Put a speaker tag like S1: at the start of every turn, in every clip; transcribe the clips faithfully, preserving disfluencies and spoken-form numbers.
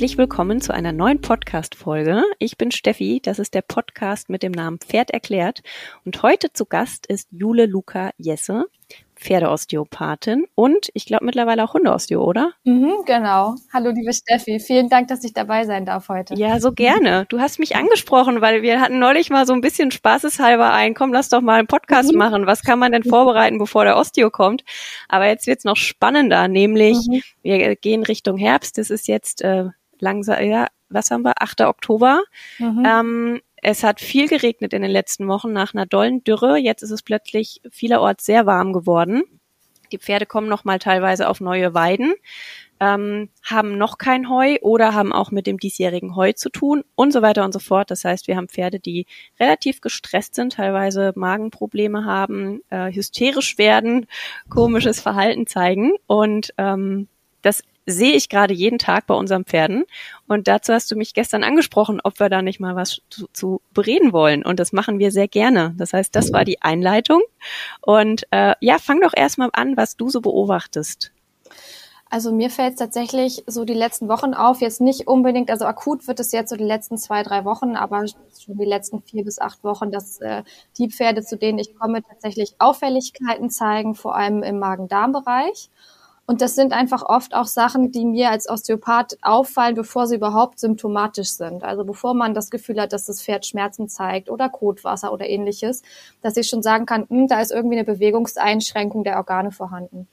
S1: Herzlich willkommen zu einer neuen Podcast-Folge. Ich bin Steffi, das ist der Podcast mit dem Namen Pferd erklärt. Und heute zu Gast ist Jule Luca Jesse, Pferdeosteopathin und ich glaube mittlerweile auch Hundeosteo, oder?
S2: Mhm, genau. Hallo, liebe Steffi. Vielen Dank, dass ich dabei sein darf heute.
S1: Ja, so gerne. Du hast mich angesprochen, weil wir hatten neulich mal so ein bisschen spaßeshalber ein, komm, lass doch mal einen Podcast mhm. machen. Was kann man denn vorbereiten, bevor der Osteo kommt? Aber jetzt wird's noch spannender, nämlich mhm. wir gehen Richtung Herbst. Das ist jetzt äh, langsam, ja, was haben wir? achter Oktober. Mhm. Ähm, Es hat viel geregnet in den letzten Wochen nach einer dollen Dürre. Jetzt ist es plötzlich vielerorts sehr warm geworden. Die Pferde kommen noch mal teilweise auf neue Weiden, ähm, haben noch kein Heu oder haben auch mit dem diesjährigen Heu zu tun und so weiter und so fort. Das heißt, wir haben Pferde, die relativ gestresst sind, teilweise Magenprobleme haben, äh, hysterisch werden, komisches Verhalten zeigen und ähm, das sehe ich gerade jeden Tag bei unseren Pferden. Und dazu hast du mich gestern angesprochen, ob wir da nicht mal was zu, zu bereden wollen. Und das machen wir sehr gerne. Das heißt, das war die Einleitung. Und äh, ja, fang doch erstmal an, was du so beobachtest.
S2: Also mir fällt es tatsächlich so die letzten Wochen auf, jetzt nicht unbedingt, also akut wird es jetzt so die letzten zwei, drei Wochen, aber schon die letzten vier bis acht Wochen, dass äh, die Pferde, zu denen ich komme, tatsächlich Auffälligkeiten zeigen, vor allem im Magen-Darm-Bereich. Und das sind einfach oft auch Sachen, die mir als Osteopath auffallen, bevor sie überhaupt symptomatisch sind. Also bevor man das Gefühl hat, dass das Pferd Schmerzen zeigt oder Kotwasser oder ähnliches, dass ich schon sagen kann, hm, da ist irgendwie eine Bewegungseinschränkung der Organe vorhanden.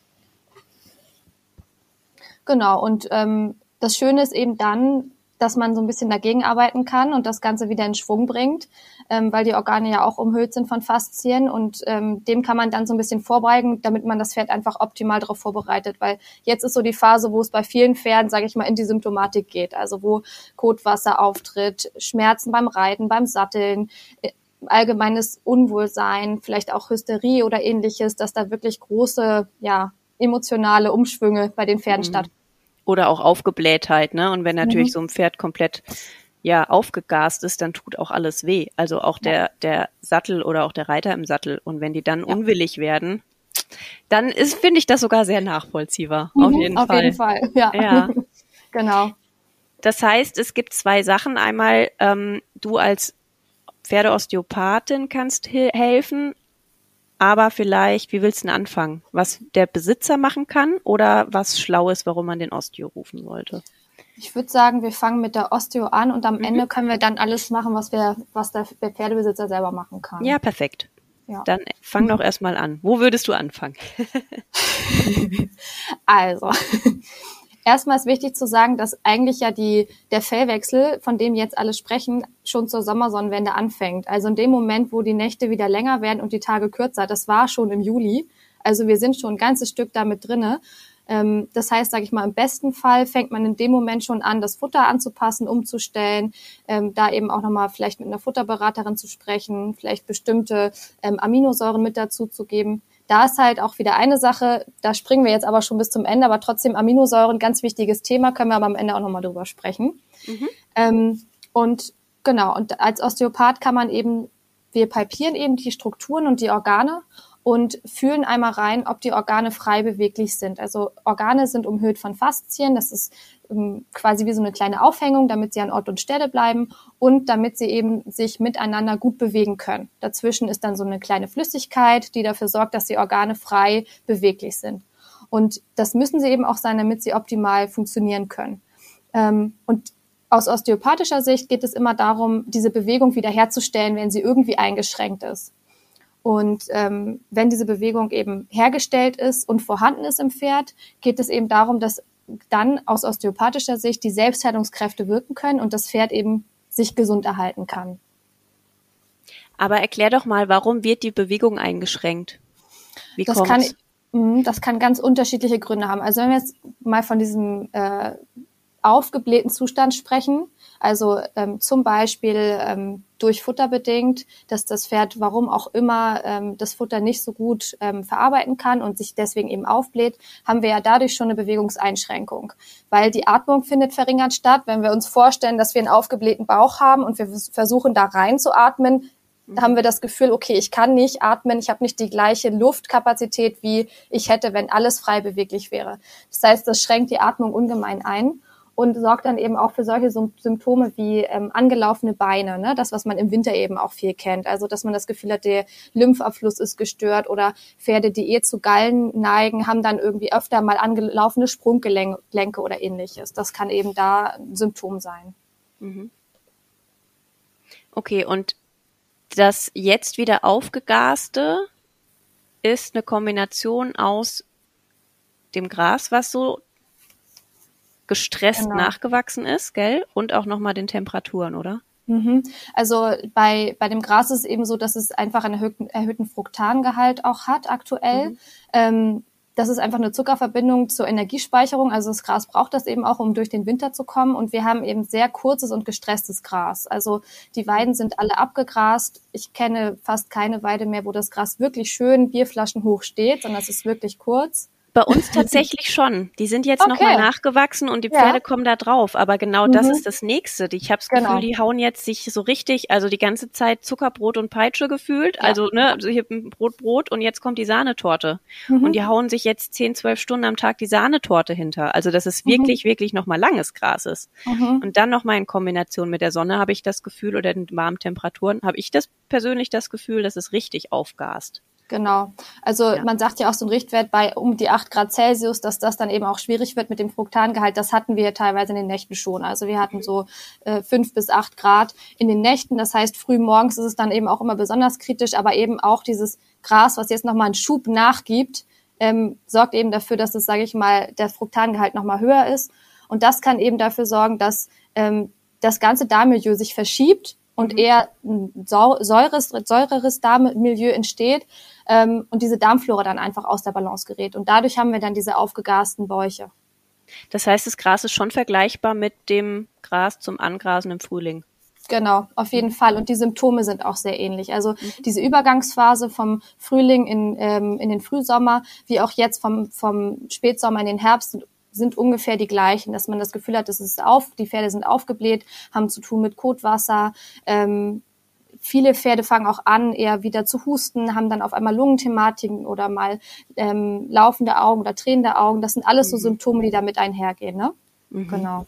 S2: Genau, und ähm, das Schöne ist eben dann, dass man so ein bisschen dagegen arbeiten kann und das Ganze wieder in Schwung bringt, ähm, weil die Organe ja auch umhüllt sind von Faszien und ähm, dem kann man dann so ein bisschen vorbeugen, damit man das Pferd einfach optimal darauf vorbereitet, weil jetzt ist so die Phase, wo es bei vielen Pferden, sage ich mal, in die Symptomatik geht, also wo Kotwasser auftritt, Schmerzen beim Reiten, beim Satteln, allgemeines Unwohlsein, vielleicht auch Hysterie oder ähnliches, dass da wirklich große, ja, emotionale Umschwünge bei den Pferden mhm. stattfinden.
S1: Oder auch Aufgeblähtheit, ne? Und wenn natürlich mhm. so ein Pferd komplett ja aufgegast ist, dann tut auch alles weh. Also auch der ja. der Sattel oder auch der Reiter im Sattel. Und wenn die dann ja. unwillig werden, dann ist, finde ich das sogar sehr nachvollziehbar.
S2: Mhm,
S1: auf jeden
S2: auf
S1: Fall.
S2: Auf jeden Fall, ja.
S1: ja.
S2: Genau.
S1: Das heißt, es gibt zwei Sachen. Einmal, ähm, du als Pferdeosteopathin kannst he- helfen, aber vielleicht, wie willst du denn anfangen? Was der Besitzer machen kann oder was schlau ist, warum man den Osteo rufen sollte?
S2: Ich würde sagen, wir fangen mit der Osteo an und am mhm. Ende können wir dann alles machen, was wir, was der, der Pferdebesitzer selber machen kann.
S1: Ja, perfekt.
S2: Ja.
S1: Dann fang doch erstmal an. Wo würdest du anfangen?
S2: Also, erstmal ist wichtig zu sagen, dass eigentlich ja die, der Fellwechsel, von dem jetzt alle sprechen, schon zur Sommersonnenwende anfängt. Also in dem Moment, wo die Nächte wieder länger werden und die Tage kürzer, das war schon im Juli. Also wir sind schon ein ganzes Stück damit drinne. Das heißt, sage ich mal, im besten Fall fängt man in dem Moment schon an, das Futter anzupassen, umzustellen, da eben auch nochmal vielleicht mit einer Futterberaterin zu sprechen, vielleicht bestimmte Aminosäuren mit dazu zu geben. Da ist halt auch wieder eine Sache, da springen wir jetzt aber schon bis zum Ende, aber trotzdem Aminosäuren, ganz wichtiges Thema, können wir aber am Ende auch nochmal drüber sprechen. Mhm. Ähm, und genau, und als Osteopath kann man eben, wir palpieren eben die Strukturen und die Organe und fühlen einmal rein, ob die Organe frei beweglich sind. Also Organe sind umhüllt von Faszien, das ist ähm, quasi wie so eine kleine Aufhängung, damit sie an Ort und Stelle bleiben und damit sie eben sich miteinander gut bewegen können. Dazwischen ist dann so eine kleine Flüssigkeit, die dafür sorgt, dass die Organe frei beweglich sind. Und das müssen sie eben auch sein, damit sie optimal funktionieren können. Ähm, und aus osteopathischer Sicht geht es immer darum, diese Bewegung wiederherzustellen, wenn sie irgendwie eingeschränkt ist. Und ähm, wenn diese Bewegung eben hergestellt ist und vorhanden ist im Pferd, geht es eben darum, dass dann aus osteopathischer Sicht die Selbstheilungskräfte wirken können und das Pferd eben sich gesund erhalten kann.
S1: Aber erklär doch mal, warum wird die Bewegung eingeschränkt? Wie
S2: das
S1: kommt's?
S2: kann mh, das kann ganz unterschiedliche Gründe haben. Also wenn wir jetzt mal von diesem äh, aufgeblähten Zustand sprechen, also ähm, zum Beispiel ähm, durch Futter bedingt, dass das Pferd, warum auch immer, ähm, das Futter nicht so gut ähm, verarbeiten kann und sich deswegen eben aufbläht, haben wir ja dadurch schon eine Bewegungseinschränkung, weil die Atmung findet verringert statt. Wenn wir uns vorstellen, dass wir einen aufgeblähten Bauch haben und wir versuchen da rein zu atmen, mhm. haben wir das Gefühl, okay, ich kann nicht atmen, ich habe nicht die gleiche Luftkapazität, wie ich hätte, wenn alles frei beweglich wäre. Das heißt, das schränkt die Atmung ungemein ein. und sorgt dann eben auch für solche Symptome wie ähm, angelaufene Beine, ne? Das, was man im Winter eben auch viel kennt. Also, dass man das Gefühl hat, der Lymphabfluss ist gestört oder Pferde, die eh zu Gallen neigen, haben dann irgendwie öfter mal angelaufene Sprunggelenke oder ähnliches. Das kann eben da ein Symptom sein.
S1: Mhm. Okay, und das jetzt wieder aufgegaste ist eine Kombination aus dem Gras, was so gestresst genau. nachgewachsen ist, gell? Und auch nochmal den Temperaturen, oder?
S2: Mhm. Also bei bei dem Gras ist es eben so, dass es einfach einen erhöhten, erhöhten Fructangehalt auch hat aktuell. Mhm. Ähm, das ist einfach eine Zuckerverbindung zur Energiespeicherung. Also das Gras braucht das eben auch, um durch den Winter zu kommen. Und wir haben eben sehr kurzes und gestresstes Gras. Also die Weiden sind alle abgegrast. Ich kenne fast keine Weide mehr, wo das Gras wirklich schön bierflaschenhoch steht, sondern es ist wirklich kurz.
S1: Bei uns tatsächlich schon. Die sind jetzt okay. nochmal nachgewachsen und die Pferde ja. kommen da drauf. Aber genau mhm. das ist das Nächste. Ich habe das Gefühl, genau. die hauen jetzt sich so richtig, also die ganze Zeit Zuckerbrot und Peitsche gefühlt. Ja. Also ne, also hier Brot, Brot und jetzt kommt die Sahnetorte. Mhm. Und die hauen sich jetzt zehn, zwölf Stunden am Tag die Sahnetorte hinter. Also dass es wirklich, mhm. wirklich nochmal langes Gras ist. Mhm. Und dann nochmal in Kombination mit der Sonne habe ich das Gefühl, oder den warmen Temperaturen, habe ich das persönlich das Gefühl, dass es richtig aufgast.
S2: Genau. Also ja. man sagt ja auch so ein Richtwert bei um die acht Grad Celsius, dass das dann eben auch schwierig wird mit dem Fructangehalt. Das hatten wir teilweise in den Nächten schon. Also wir hatten so äh, fünf bis acht Grad in den Nächten. Das heißt, früh morgens ist es dann eben auch immer besonders kritisch. Aber eben auch dieses Gras, was jetzt nochmal einen Schub nachgibt, ähm, sorgt eben dafür, dass es, sage ich mal, der Fructangehalt nochmal höher ist. Und das kann eben dafür sorgen, dass ähm, das ganze Darmmilieu sich verschiebt und eher ein säureres, säureres Darmmilieu entsteht ähm, und diese Darmflora dann einfach aus der Balance gerät. Und dadurch haben wir dann diese aufgegasten Bäuche.
S1: Das heißt, das Gras ist schon vergleichbar mit dem Gras zum Angrasen im Frühling?
S2: Genau, auf jeden Fall. Und die Symptome sind auch sehr ähnlich. Also diese Übergangsphase vom Frühling in, ähm, in den Frühsommer, wie auch jetzt vom, vom Spätsommer in den Herbst, sind sind ungefähr die gleichen, dass man das Gefühl hat, das ist auf, die Pferde sind aufgebläht, haben zu tun mit Kotwasser. Ähm, viele Pferde fangen auch an, eher wieder zu husten, haben dann auf einmal Lungenthematiken oder mal ähm, laufende Augen oder tränende Augen. Das sind alles so Symptome, die damit einhergehen, ne? Mhm. Genau.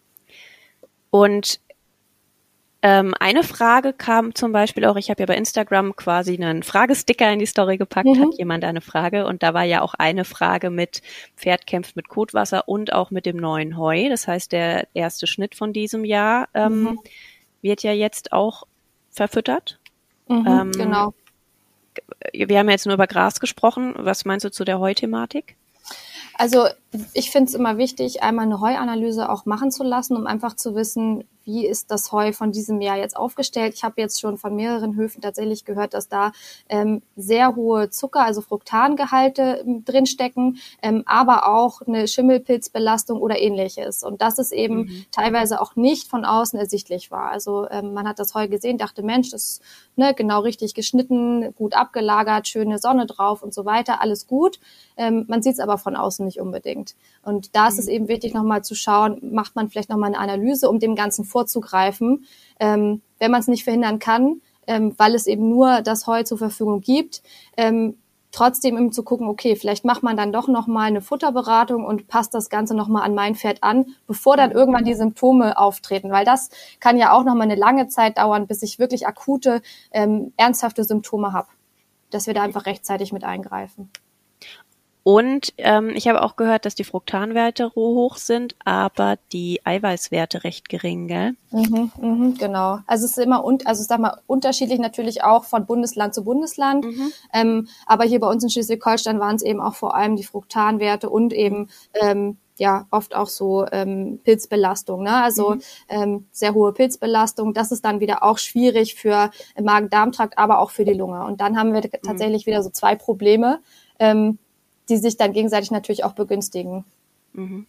S1: Und Ähm, eine Frage kam zum Beispiel auch, ich habe ja bei Instagram quasi einen Fragesticker in die Story gepackt, mhm. hat jemand eine Frage und da war ja auch eine Frage mit Pferd kämpft mit Kotwasser und auch mit dem neuen Heu. Das heißt, der erste Schnitt von diesem Jahr ähm, mhm. wird ja jetzt auch verfüttert.
S2: Mhm, ähm, genau.
S1: Wir haben ja jetzt nur über Gras gesprochen. Was meinst du zu der Heuthematik?
S2: Also ich finde es immer wichtig, einmal eine Heuanalyse auch machen zu lassen, um einfach zu wissen, wie ist das Heu von diesem Jahr jetzt aufgestellt. Ich habe jetzt schon von mehreren Höfen tatsächlich gehört, dass da ähm, sehr hohe Zucker, also Fructangehalte ähm, drinstecken, ähm, aber auch eine Schimmelpilzbelastung oder ähnliches. Und das ist eben mhm. teilweise auch nicht von außen ersichtlich war. Also ähm, man hat das Heu gesehen, dachte, Mensch, das ist ne, genau richtig geschnitten, gut abgelagert, schöne Sonne drauf und so weiter, alles gut. Ähm, man sieht es aber von außen nicht unbedingt. Und da ist mhm. es eben wichtig, nochmal zu schauen, macht man vielleicht nochmal eine Analyse, um dem Ganzen vorzugreifen, ähm, wenn man es nicht verhindern kann, ähm, weil es eben nur das Heu zur Verfügung gibt, ähm, trotzdem eben zu gucken, okay, vielleicht macht man dann doch nochmal eine Futterberatung und passt das Ganze nochmal an mein Pferd an, bevor dann irgendwann die Symptome auftreten, weil das kann ja auch nochmal eine lange Zeit dauern, bis ich wirklich akute, ähm, ernsthafte Symptome habe, dass wir da einfach rechtzeitig mit eingreifen.
S1: Und ähm, ich habe auch gehört, dass die Fructanwerte hoch sind, aber die Eiweißwerte recht gering, gell?
S2: Mhm, mhm, genau. Also es ist immer und also ich sag mal unterschiedlich natürlich auch von Bundesland zu Bundesland. Mhm. Ähm, aber hier bei uns in Schleswig-Holstein waren es eben auch vor allem die Fructanwerte und eben ähm, ja oft auch so ähm, Pilzbelastung, ne? Also mhm. ähm, sehr hohe Pilzbelastung. Das ist dann wieder auch schwierig für den Magen-Darm-Trakt, aber auch für die Lunge. Und dann haben wir mhm. tatsächlich wieder so zwei Probleme. Ähm, die sich dann gegenseitig natürlich auch begünstigen.
S1: Mhm.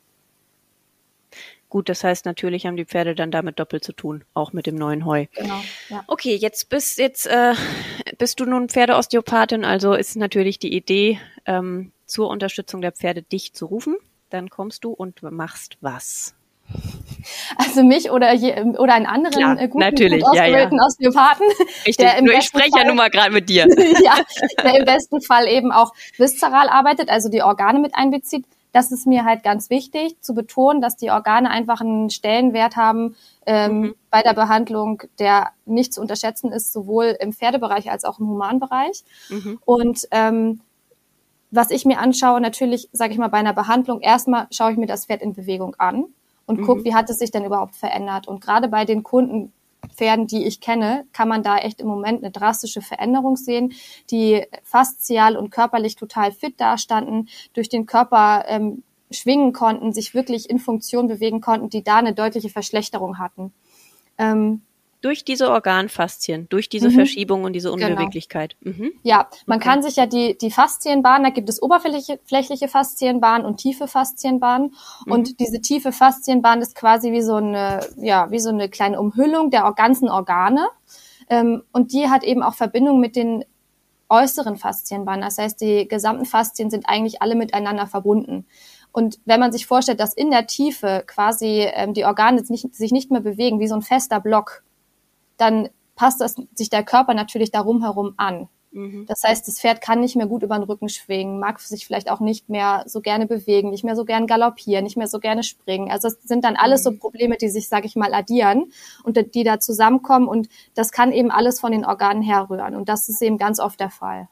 S1: Gut, das heißt, natürlich haben die Pferde dann damit doppelt zu tun, auch mit dem neuen Heu.
S2: Genau, ja.
S1: Okay, jetzt bist jetzt äh, bist du nun Pferdeosteopathin, also ist natürlich die Idee, ähm, zur Unterstützung der Pferde dich zu rufen. Dann kommst du und machst was?
S2: Also mich oder je, oder einen anderen
S1: ja,
S2: äh, guten,
S1: natürlich,
S2: gut ausgebildeten
S1: ja, ja.
S2: Osteopathen.
S1: Richtig, der im nur ich spreche Fall, ja nun mal gerade mit dir.
S2: ja, der im besten Fall eben auch viszeral arbeitet, also die Organe mit einbezieht. das ist mir halt ganz wichtig zu betonen, dass die Organe einfach einen Stellenwert haben ähm, mhm. bei der Behandlung, der nicht zu unterschätzen ist, sowohl im Pferdebereich als auch im Humanbereich. Mhm. Und ähm, was ich mir anschaue, natürlich, sage ich mal, bei einer Behandlung, erstmal schaue ich mir das Pferd in Bewegung an und gucke, mhm. wie hat es sich denn überhaupt verändert. Und gerade bei den Kundenpferden, die ich kenne, kann man da echt im Moment eine drastische Veränderung sehen, die faszial und körperlich total fit dastanden, durch den Körper ähm, schwingen konnten, sich wirklich in Funktion bewegen konnten, die da eine deutliche Verschlechterung hatten. Ähm,
S1: Durch diese Organfaszien, durch diese mhm. Verschiebung und diese Unbeweglichkeit.
S2: Genau. Mhm. Ja, man okay. kann sich ja die die Faszienbahn, da gibt es oberflächliche flächliche Faszienbahn und tiefe Faszienbahn. Mhm. Und diese tiefe Faszienbahn ist quasi wie so eine, ja, wie so eine kleine Umhüllung der ganzen Organe. Ähm, und die hat eben auch Verbindung mit den äußeren Faszienbahnen. Das heißt, die gesamten Faszien sind eigentlich alle miteinander verbunden. Und wenn man sich vorstellt, dass in der Tiefe quasi ähm, die Organe nicht, sich nicht mehr bewegen, wie so ein fester Block, dann passt das, sich der Körper natürlich darum herum an. Mhm. Das heißt, das Pferd kann nicht mehr gut über den Rücken schwingen, mag sich vielleicht auch nicht mehr so gerne bewegen, nicht mehr so gerne galoppieren, nicht mehr so gerne springen. Also das sind dann alles mhm. so Probleme, die sich, sage ich mal, addieren und die da zusammenkommen. Und das kann eben alles von den Organen herrühren. Und das ist eben ganz oft der Fall.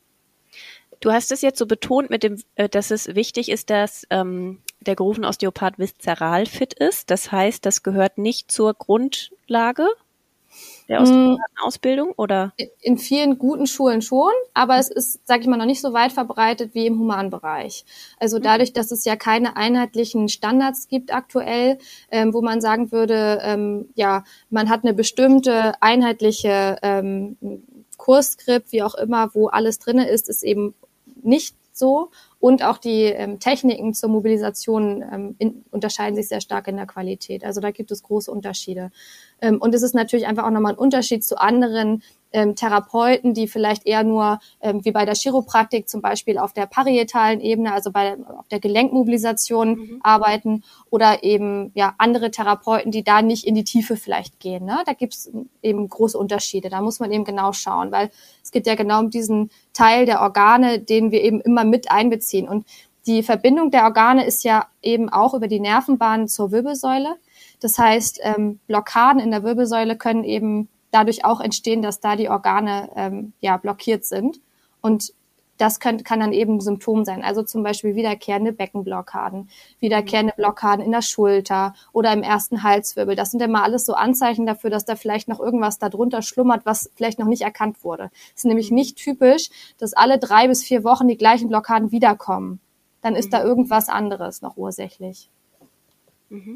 S1: Du hast es jetzt so betont, mit dem, dass es wichtig ist, dass ähm, der gerufene Osteopath viszeral fit ist. Das heißt, das gehört nicht zur Grundlage der Osteopathenausbildung, oder?
S2: In vielen guten Schulen schon, aber es ist, sage ich mal, noch nicht so weit verbreitet wie im Humanbereich. Also dadurch, dass es ja keine einheitlichen Standards gibt aktuell, ähm, wo man sagen würde, ähm, ja, man hat eine bestimmte einheitliche ähm, Kursskript, wie auch immer, wo alles drinne ist, ist eben nicht so. Und auch die ähm, Techniken zur Mobilisation ähm, in, unterscheiden sich sehr stark in der Qualität. Also da gibt es große Unterschiede. Ähm, und es ist natürlich einfach auch nochmal ein Unterschied zu anderen ähm, Therapeuten, die vielleicht eher nur, ähm, wie bei der Chiropraktik zum Beispiel, auf der parietalen Ebene, also bei auf der Gelenkmobilisation mhm. arbeiten, oder eben ja andere Therapeuten, die da nicht in die Tiefe vielleicht gehen. Ne? Da gibt es eben große Unterschiede. Da muss man eben genau schauen, weil es geht ja genau um diesen Teil der Organe, den wir eben immer mit einbeziehen. Und die Verbindung der Organe ist ja eben auch über die Nervenbahn zur Wirbelsäule. Das heißt, ähm, Blockaden in der Wirbelsäule können eben dadurch auch entstehen, dass da die Organe ähm, ja blockiert sind. Und das kann, kann dann eben ein Symptom sein. Also zum Beispiel wiederkehrende Beckenblockaden, wiederkehrende Blockaden in der Schulter oder im ersten Halswirbel. Das sind immer alles so Anzeichen dafür, dass da vielleicht noch irgendwas darunter schlummert, was vielleicht noch nicht erkannt wurde. Es ist nämlich nicht typisch, dass alle drei bis vier Wochen die gleichen Blockaden wiederkommen. Dann ist mhm. da irgendwas anderes noch ursächlich.
S1: Mhm.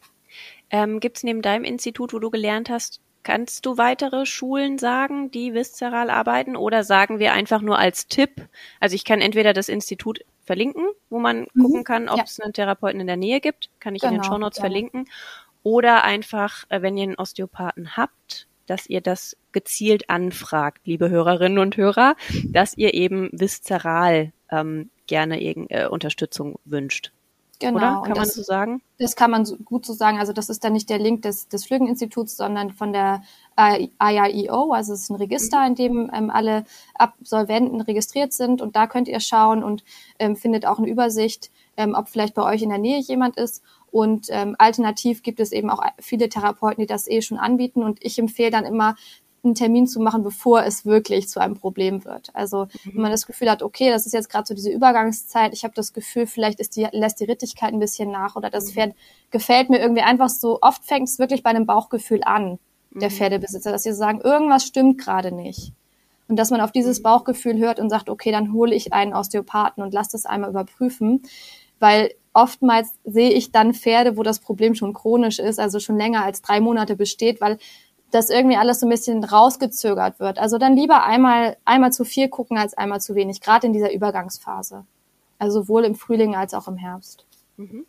S1: Ähm, gibt es neben deinem Institut, wo du gelernt hast, kannst du weitere Schulen sagen, die viszeral arbeiten, oder sagen wir einfach nur als Tipp? Also ich kann entweder das Institut verlinken, wo man mhm. gucken kann, ob ja. es einen Therapeuten in der Nähe gibt, kann ich genau, in den Shownotes ja. verlinken, oder einfach, wenn ihr einen Osteopathen habt, dass ihr das gezielt anfragt, liebe Hörerinnen und Hörer, dass ihr eben viszeral ähm, gerne irgendeine Unterstützung wünscht.
S2: Genau.
S1: Oder? Kann
S2: und
S1: man
S2: das,
S1: so sagen?
S2: Das kann man so gut so sagen. Also das ist dann nicht der Link des, des Flügelinstituts, sondern von der I R E O. Also es ist ein Register, mhm. in dem ähm, alle Absolventen registriert sind. Und da könnt ihr schauen und ähm, findet auch eine Übersicht, ähm, ob vielleicht bei euch in der Nähe jemand ist. Und ähm, alternativ gibt es eben auch viele Therapeuten, die das eh schon anbieten. Und ich empfehle dann immer, einen Termin zu machen, bevor es wirklich zu einem Problem wird. Also mhm. wenn man das Gefühl hat, okay, das ist jetzt gerade so diese Übergangszeit, ich habe das Gefühl, vielleicht ist die, lässt die Rittigkeit ein bisschen nach oder das mhm. Pferd gefällt mir irgendwie einfach so. Oft fängt es wirklich bei einem Bauchgefühl an, der mhm. Pferdebesitzer, dass sie sagen, irgendwas stimmt gerade nicht. Und dass man auf dieses mhm. Bauchgefühl hört und sagt, okay, dann hole ich einen Osteopathen und lasse das einmal überprüfen, weil oftmals sehe ich dann Pferde, wo das Problem schon chronisch ist, also schon länger als drei Monate besteht, weil dass irgendwie alles so ein bisschen rausgezögert wird. Also dann lieber einmal einmal zu viel gucken als einmal zu wenig, gerade in dieser Übergangsphase. Also sowohl im Frühling als auch im Herbst.
S1: Mhm.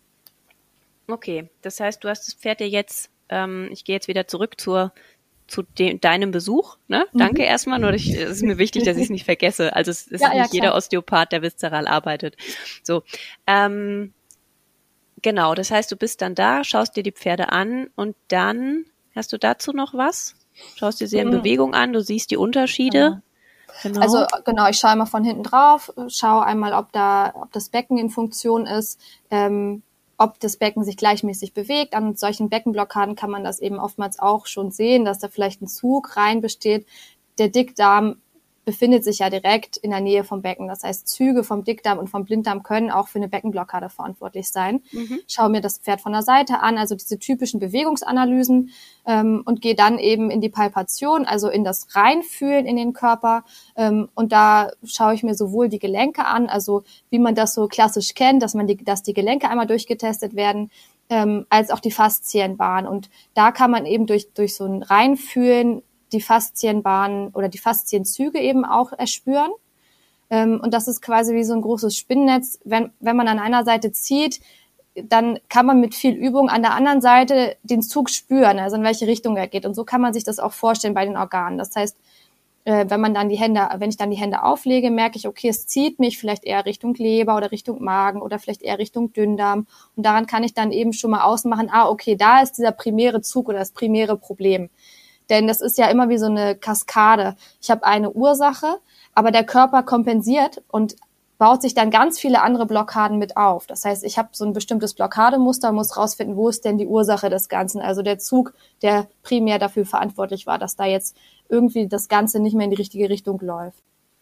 S1: Okay, das heißt, du hast das Pferd ja jetzt, ähm, ich gehe jetzt wieder zurück zur zu de- deinem Besuch. Ne? Mhm. Danke erstmal, nur ich, es ist mir wichtig, dass ich es nicht vergesse. Also es ist ja, nicht ja, jeder Osteopath, der viszeral arbeitet. So, ähm, genau, das heißt, du bist dann da, schaust dir die Pferde an und dann... Hast du dazu noch was? Schaust dir sie in mhm. Bewegung an, du siehst die Unterschiede. Genau.
S2: Also genau, ich schaue immer von hinten drauf, schaue einmal, ob da, ob das Becken in Funktion ist, ähm, ob das Becken sich gleichmäßig bewegt. An solchen Beckenblockaden kann man das eben oftmals auch schon sehen, dass da vielleicht ein Zug rein besteht. Der Dickdarm befindet sich ja direkt in der Nähe vom Becken. Das heißt, Züge vom Dickdarm und vom Blinddarm können auch für eine Beckenblockade verantwortlich sein. Mhm. Schaue mir das Pferd von der Seite an, also diese typischen Bewegungsanalysen, ähm, und gehe dann eben in die Palpation, also in das Reinfühlen in den Körper. Ähm, und da schaue ich mir sowohl die Gelenke an, also wie man das so klassisch kennt, dass man die, dass die Gelenke einmal durchgetestet werden, ähm, als auch die Faszienbahn. Und da kann man eben durch, durch so ein Reinfühlen die Faszienbahnen oder die Faszienzüge eben auch erspüren. Ähm, und das ist quasi wie so ein großes Spinnennetz. Wenn, wenn man an einer Seite zieht, dann kann man mit viel Übung an der anderen Seite den Zug spüren, also in welche Richtung er geht. Und so kann man sich das auch vorstellen bei den Organen. Das heißt, äh, wenn man dann die Hände, wenn ich dann die Hände auflege, merke ich, okay, es zieht mich vielleicht eher Richtung Leber oder Richtung Magen oder vielleicht eher Richtung Dünndarm. Und daran kann ich dann eben schon mal ausmachen, ah, okay, da ist dieser primäre Zug oder das primäre Problem. Denn das ist ja immer wie so eine Kaskade. Ich habe eine Ursache, aber der Körper kompensiert und baut sich dann ganz viele andere Blockaden mit auf. Das heißt, ich habe so ein bestimmtes Blockademuster und muss rausfinden, wo ist denn die Ursache des Ganzen? Also der Zug, der primär dafür verantwortlich war, dass da jetzt irgendwie das Ganze nicht mehr in die richtige Richtung läuft.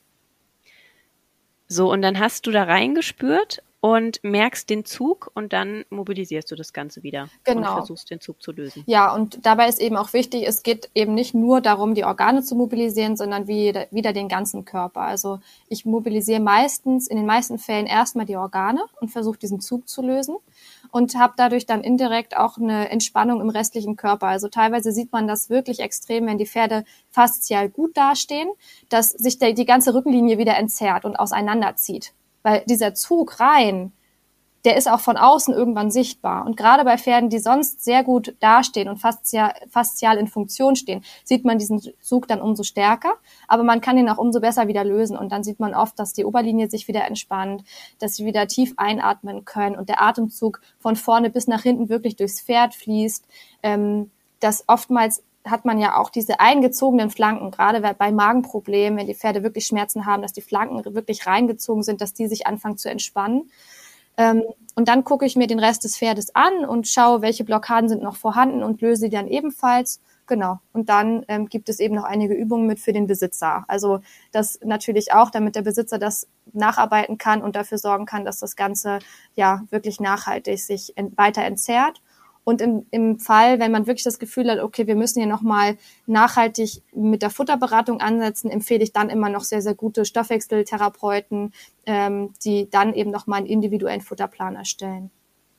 S1: So, und dann hast du da reingespürt und merkst den Zug und dann mobilisierst du das Ganze wieder.
S2: Genau.
S1: Und versuchst den Zug zu lösen.
S2: Ja, und dabei ist eben auch wichtig, es geht eben nicht nur darum, die Organe zu mobilisieren, sondern wieder, wieder den ganzen Körper. Also ich mobilisiere meistens, in den meisten Fällen erstmal die Organe und versuche diesen Zug zu lösen und habe dadurch dann indirekt auch eine Entspannung im restlichen Körper. Also teilweise sieht man das wirklich extrem, wenn die Pferde faszial gut dastehen, dass sich der, die ganze Rückenlinie wieder entzerrt und auseinanderzieht. Weil dieser Zug rein, der ist auch von außen irgendwann sichtbar. Und gerade bei Pferden, die sonst sehr gut dastehen und faszial, faszial in Funktion stehen, sieht man diesen Zug dann umso stärker. Aber man kann ihn auch umso besser wieder lösen. Und dann sieht man oft, dass die Oberlinie sich wieder entspannt, dass sie wieder tief einatmen können und der Atemzug von vorne bis nach hinten wirklich durchs Pferd fließt. Ähm, dass oftmals hat man ja auch diese eingezogenen Flanken, gerade bei Magenproblemen, wenn die Pferde wirklich Schmerzen haben, dass die Flanken wirklich reingezogen sind, dass die sich anfangen zu entspannen. Ähm, und dann gucke ich mir den Rest des Pferdes an und schaue, welche Blockaden sind noch vorhanden und löse die dann ebenfalls. Genau. Und dann ähm, gibt es eben noch einige Übungen mit für den Besitzer. Also das natürlich auch, damit der Besitzer das nacharbeiten kann und dafür sorgen kann, dass das Ganze ja wirklich nachhaltig sich ent- weiter entzerrt. Und im, im Fall, wenn man wirklich das Gefühl hat, okay, wir müssen hier nochmal nachhaltig mit der Futterberatung ansetzen, empfehle ich dann immer noch sehr, sehr gute Stoffwechseltherapeuten, ähm, die dann eben nochmal einen individuellen Futterplan erstellen.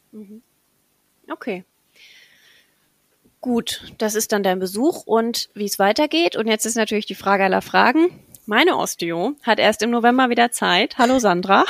S1: Okay. Gut, das ist dann dein Besuch und wie es weitergeht. Und jetzt ist natürlich die Frage aller Fragen. Meine Osteo hat erst im November wieder Zeit. Hallo Sandra.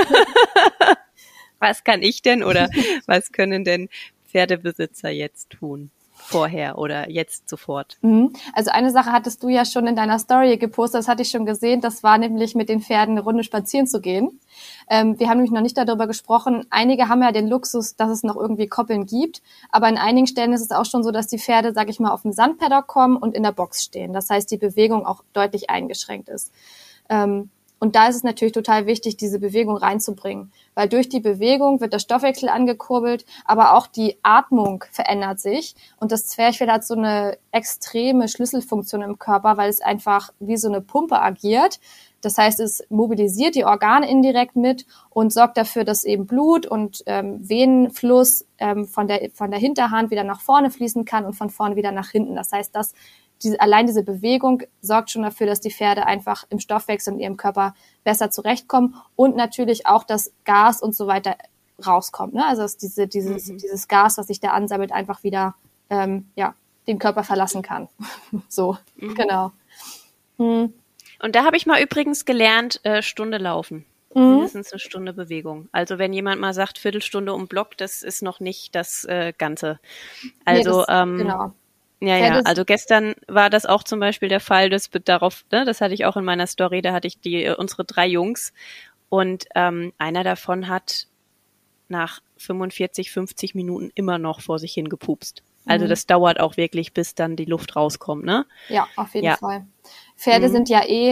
S1: Was kann ich denn oder was können denn Pferdebesitzer jetzt tun? Vorher oder jetzt sofort?
S2: Also eine Sache hattest du ja schon in deiner Story gepostet, das hatte ich schon gesehen, das war nämlich mit den Pferden eine Runde spazieren zu gehen. Ähm, wir haben nämlich noch nicht darüber gesprochen, einige haben ja den Luxus, dass es noch irgendwie Koppeln gibt, aber in einigen Stellen ist es auch schon so, dass die Pferde, sag ich mal, auf dem Sandpaddock kommen und in der Box stehen. Das heißt, die Bewegung auch deutlich eingeschränkt ist. Ähm, Und da ist es natürlich total wichtig, diese Bewegung reinzubringen, weil durch die Bewegung wird der Stoffwechsel angekurbelt, aber auch die Atmung verändert sich und das Zwerchfell hat so eine extreme Schlüsselfunktion im Körper, weil es einfach wie so eine Pumpe agiert. Das heißt, es mobilisiert die Organe indirekt mit und sorgt dafür, dass eben Blut und ähm, Venenfluss ähm, von der von der Hinterhand wieder nach vorne fließen kann und von vorne wieder nach hinten. Das heißt, dass diese, allein diese Bewegung sorgt schon dafür, dass die Pferde einfach im Stoffwechsel in ihrem Körper besser zurechtkommen und natürlich auch das Gas und so weiter rauskommt. Ne? Also dass diese, dieses, mhm. dieses Gas, was sich da ansammelt, einfach wieder ähm, ja, den Körper verlassen kann. so, mhm. genau.
S1: Mhm. Und da habe ich mal übrigens gelernt, äh, Stunde laufen. Mhm. Mindestens eine Stunde Bewegung. Also wenn jemand mal sagt, Viertelstunde um Block, das ist noch nicht das äh, Ganze. Also nee, das, ähm, genau. Ja, ja, also gestern war das auch zum Beispiel der Fall, das darauf, ne, das hatte ich auch in meiner Story, da hatte ich die unsere drei Jungs und ähm, einer davon hat nach fünfundvierzig, fünfzig Minuten immer noch vor sich hin gepupst. Also mhm. das dauert auch wirklich, bis dann die Luft rauskommt, ne?
S2: Ja, auf jeden ja. Fall. Pferde mhm. sind ja eh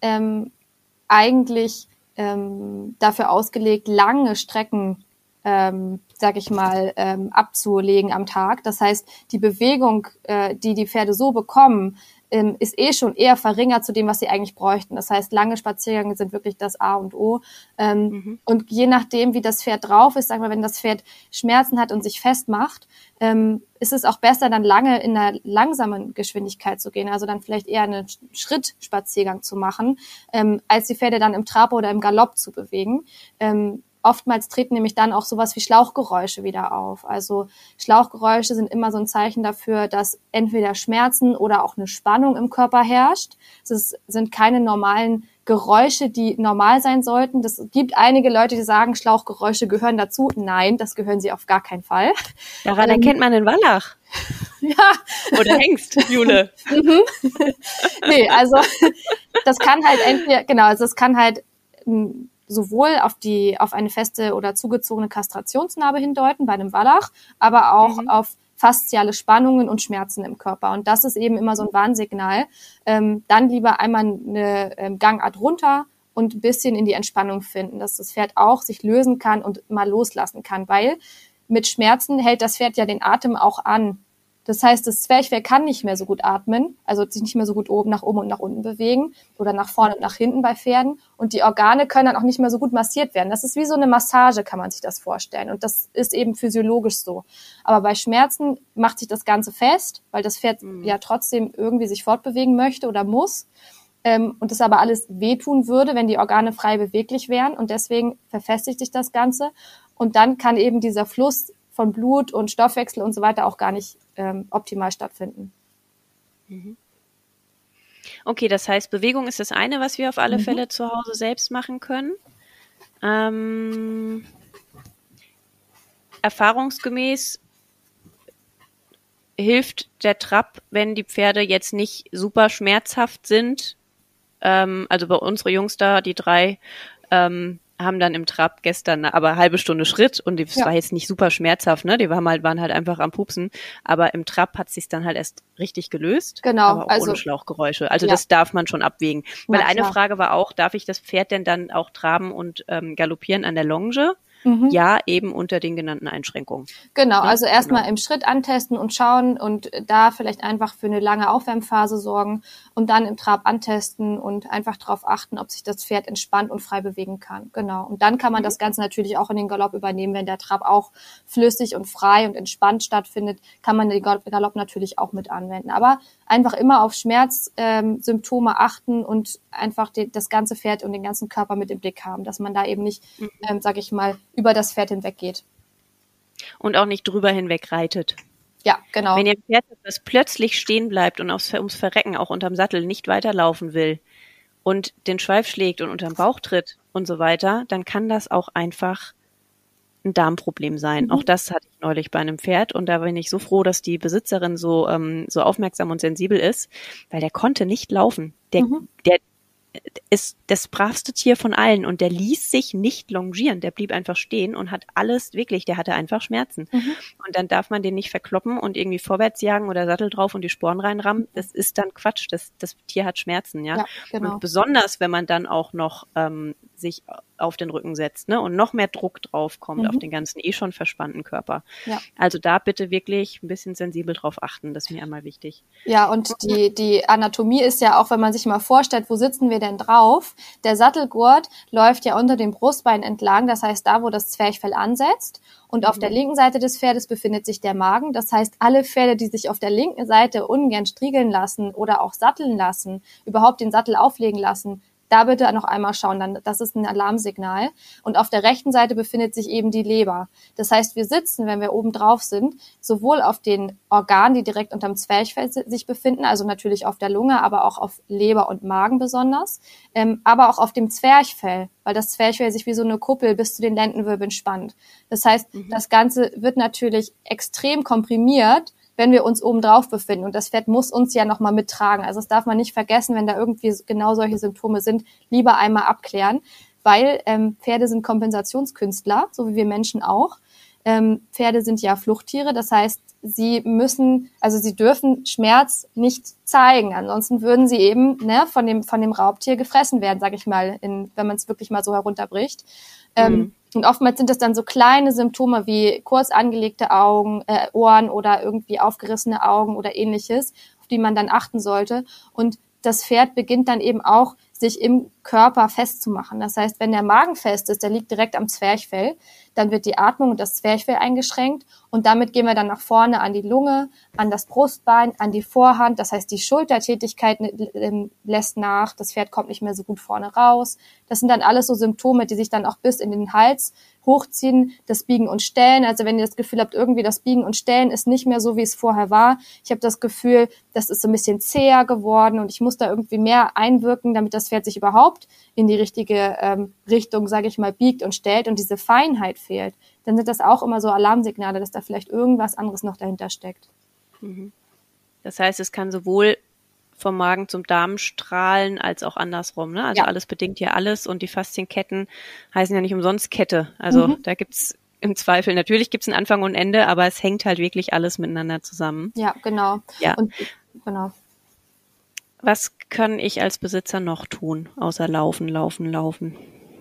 S2: ähm, eigentlich ähm, dafür ausgelegt, lange Strecken, ähm, sag ich mal, ähm, abzulegen am Tag. Das heißt, die Bewegung, äh, die die Pferde so bekommen, ähm, ist eh schon eher verringert zu dem, was sie eigentlich bräuchten. Das heißt, lange Spaziergänge sind wirklich das A und O. Ähm, mhm. Und je nachdem, wie das Pferd drauf ist, sag mal, wenn das Pferd Schmerzen hat und sich festmacht, ähm, ist es auch besser, dann lange in einer langsamen Geschwindigkeit zu gehen, also dann vielleicht eher einen Schrittspaziergang zu machen, ähm, als die Pferde dann im Trab oder im Galopp zu bewegen. Ähm, Oftmals treten nämlich dann auch sowas wie Schlauchgeräusche wieder auf. Also Schlauchgeräusche sind immer so ein Zeichen dafür, dass entweder Schmerzen oder auch eine Spannung im Körper herrscht. Es sind keine normalen Geräusche, die normal sein sollten. Das gibt einige Leute, die sagen, Schlauchgeräusche gehören dazu. Nein, das gehören sie auf gar keinen Fall.
S1: Daran ähm, erkennt man den Wallach. Ja. Oder Hengst, Jule.
S2: mhm. Nee, also das kann halt entweder, genau, also es kann halt sowohl auf die auf eine feste oder zugezogene Kastrationsnarbe hindeuten bei einem Wallach, aber auch mhm. auf fasziale Spannungen und Schmerzen im Körper. Und das ist eben immer so ein Warnsignal. Ähm, dann lieber einmal eine ähm, Gangart runter und ein bisschen in die Entspannung finden, dass das Pferd auch sich lösen kann und mal loslassen kann, weil mit Schmerzen hält das Pferd ja den Atem auch an. Das heißt, das Zwerchfell kann nicht mehr so gut atmen, also sich nicht mehr so gut oben nach oben und nach unten bewegen oder nach vorne und nach hinten bei Pferden. Und die Organe können dann auch nicht mehr so gut massiert werden. Das ist wie so eine Massage, kann man sich das vorstellen. Und das ist eben physiologisch so. Aber bei Schmerzen macht sich das Ganze fest, weil das Pferd mhm. ja trotzdem irgendwie sich fortbewegen möchte oder muss. Ähm, und das aber alles wehtun würde, wenn die Organe frei beweglich wären. Und deswegen verfestigt sich das Ganze. Und dann kann eben dieser Fluss von Blut und Stoffwechsel und so weiter auch gar nicht ähm, optimal stattfinden.
S1: Okay, das heißt, Bewegung ist das eine, was wir auf alle mhm. Fälle zu Hause selbst machen können. Ähm, erfahrungsgemäß hilft der Trab, wenn die Pferde jetzt nicht super schmerzhaft sind. Ähm, also bei unsere Jungs da, die drei, ähm, haben dann im Trab gestern aber eine halbe Stunde Schritt und das ja. war jetzt nicht super schmerzhaft, ne? Die waren halt, waren halt einfach am Pupsen, aber im Trab hat sich's dann halt erst richtig gelöst,
S2: genau,
S1: aber auch
S2: also,
S1: ohne Schlauchgeräusche. Also
S2: ja.
S1: das darf man schon abwägen. Weil
S2: Na,
S1: eine
S2: klar.
S1: Frage war auch, darf ich das Pferd denn dann auch traben und ähm, galoppieren an der Longe?
S2: Mhm.
S1: Ja, eben unter den genannten Einschränkungen.
S2: Genau,
S1: ja,
S2: also erstmal
S1: genau.
S2: im Schritt antesten und schauen und da vielleicht einfach für eine lange Aufwärmphase sorgen und dann im Trab antesten und einfach darauf achten, ob sich das Pferd entspannt und frei bewegen kann. Genau. Und dann kann man mhm. das Ganze natürlich auch in den Galopp übernehmen. Wenn der Trab auch flüssig und frei und entspannt stattfindet, kann man den Galopp natürlich auch mit anwenden. Aber einfach immer auf Schmerzsymptome ähm, achten und einfach den, das ganze Pferd und den ganzen Körper mit im Blick haben, dass man da eben nicht, mhm. ähm, sag ich mal, über das Pferd hinweg geht.
S1: Und auch nicht drüber hinweg reitet.
S2: Ja, genau.
S1: Wenn ihr Pferd, das plötzlich stehen bleibt und aufs, ums Verrecken auch unterm Sattel nicht weiterlaufen will und den Schweif schlägt und unterm Bauch tritt und so weiter, dann kann das auch einfach ein Darmproblem sein. Mhm. Auch das hatte ich neulich bei einem Pferd und da bin ich so froh, dass die Besitzerin so ähm, so aufmerksam und sensibel ist, weil der konnte nicht laufen. Der, mhm. der ist das bravste Tier von allen und der ließ sich nicht longieren. Der blieb einfach stehen und hat alles, wirklich, der hatte einfach Schmerzen. Mhm. Und dann darf man den nicht verkloppen und irgendwie vorwärts jagen oder Sattel drauf und die Sporen reinrammen. Das ist dann Quatsch. Das, das Tier hat Schmerzen, ja.
S2: ja genau.
S1: Und besonders, wenn man dann auch noch ähm, sich auf den Rücken setzt, ne, und noch mehr Druck drauf kommt mhm. auf den ganzen eh schon verspannten Körper.
S2: Ja.
S1: Also da bitte wirklich ein bisschen sensibel drauf achten. Das ist mir einmal wichtig.
S2: Ja, und die, die Anatomie ist ja auch, wenn man sich mal vorstellt, wo sitzen wir denn drauf? Der Sattelgurt läuft ja unter dem Brustbein entlang, das heißt da, wo das Zwerchfell ansetzt. Und auf mhm. der linken Seite des Pferdes befindet sich der Magen. Das heißt, alle Pferde, die sich auf der linken Seite ungern striegeln lassen oder auch satteln lassen, überhaupt den Sattel auflegen lassen, da bitte noch einmal schauen, dann, das ist ein Alarmsignal. Und auf der rechten Seite befindet sich eben die Leber. Das heißt, wir sitzen, wenn wir oben drauf sind, sowohl auf den Organen, die direkt unterm Zwerchfell sich befinden, also natürlich auf der Lunge, aber auch auf Leber und Magen besonders, ähm, aber auch auf dem Zwerchfell, weil das Zwerchfell sich wie so eine Kuppel bis zu den Lendenwirbeln spannt. Das heißt, mhm. das Ganze wird natürlich extrem komprimiert, wenn wir uns oben drauf befinden. Und das Pferd muss uns ja nochmal mittragen. Also das darf man nicht vergessen, wenn da irgendwie genau solche Symptome sind, lieber einmal abklären, weil ähm, Pferde sind Kompensationskünstler, so wie wir Menschen auch. ähm, Pferde sind ja Fluchttiere, das heißt, sie müssen, also sie dürfen Schmerz nicht zeigen, ansonsten würden sie eben ne, von dem von dem Raubtier gefressen werden, sage ich mal, in, wenn man es wirklich mal so herunterbricht. Mhm. Ähm, und oftmals sind das dann so kleine Symptome wie kurz angelegte Augen, äh, Ohren oder irgendwie aufgerissene Augen oder ähnliches, auf die man dann achten sollte. Und das Pferd beginnt dann eben auch, sich im Körper festzumachen. Das heißt, wenn der Magen fest ist, der liegt direkt am Zwerchfell, dann wird die Atmung und das Zwerchfell eingeschränkt und damit gehen wir dann nach vorne an die Lunge, an das Brustbein, an die Vorhand. Das heißt, die Schultertätigkeit lässt nach, das Pferd kommt nicht mehr so gut vorne raus. Das sind dann alles so Symptome, die sich dann auch bis in den Hals hochziehen, das Biegen und Stellen. Also wenn ihr das Gefühl habt, irgendwie das Biegen und Stellen ist nicht mehr so, wie es vorher war. Ich habe das Gefühl, das ist so ein bisschen zäher geworden und ich muss da irgendwie mehr einwirken, damit das Pferd sich überhaupt in die richtige ähm, Richtung, sage ich mal, biegt und stellt und diese Feinheit fehlt. Dann sind das auch immer so Alarmsignale, dass da vielleicht irgendwas anderes noch dahinter steckt.
S1: Das heißt, es kann sowohl vom Magen zum Darm strahlen, als auch andersrum. Ne? Also ja. Alles bedingt ja alles und die Faszienketten heißen ja nicht umsonst Kette. Also mhm. da gibt's im Zweifel, natürlich gibt's einen Anfang und ein Ende, aber es hängt halt wirklich alles miteinander zusammen.
S2: Ja, genau.
S1: Ja.
S2: Und, genau.
S1: Was kann ich als Besitzer noch tun, außer laufen, laufen, laufen?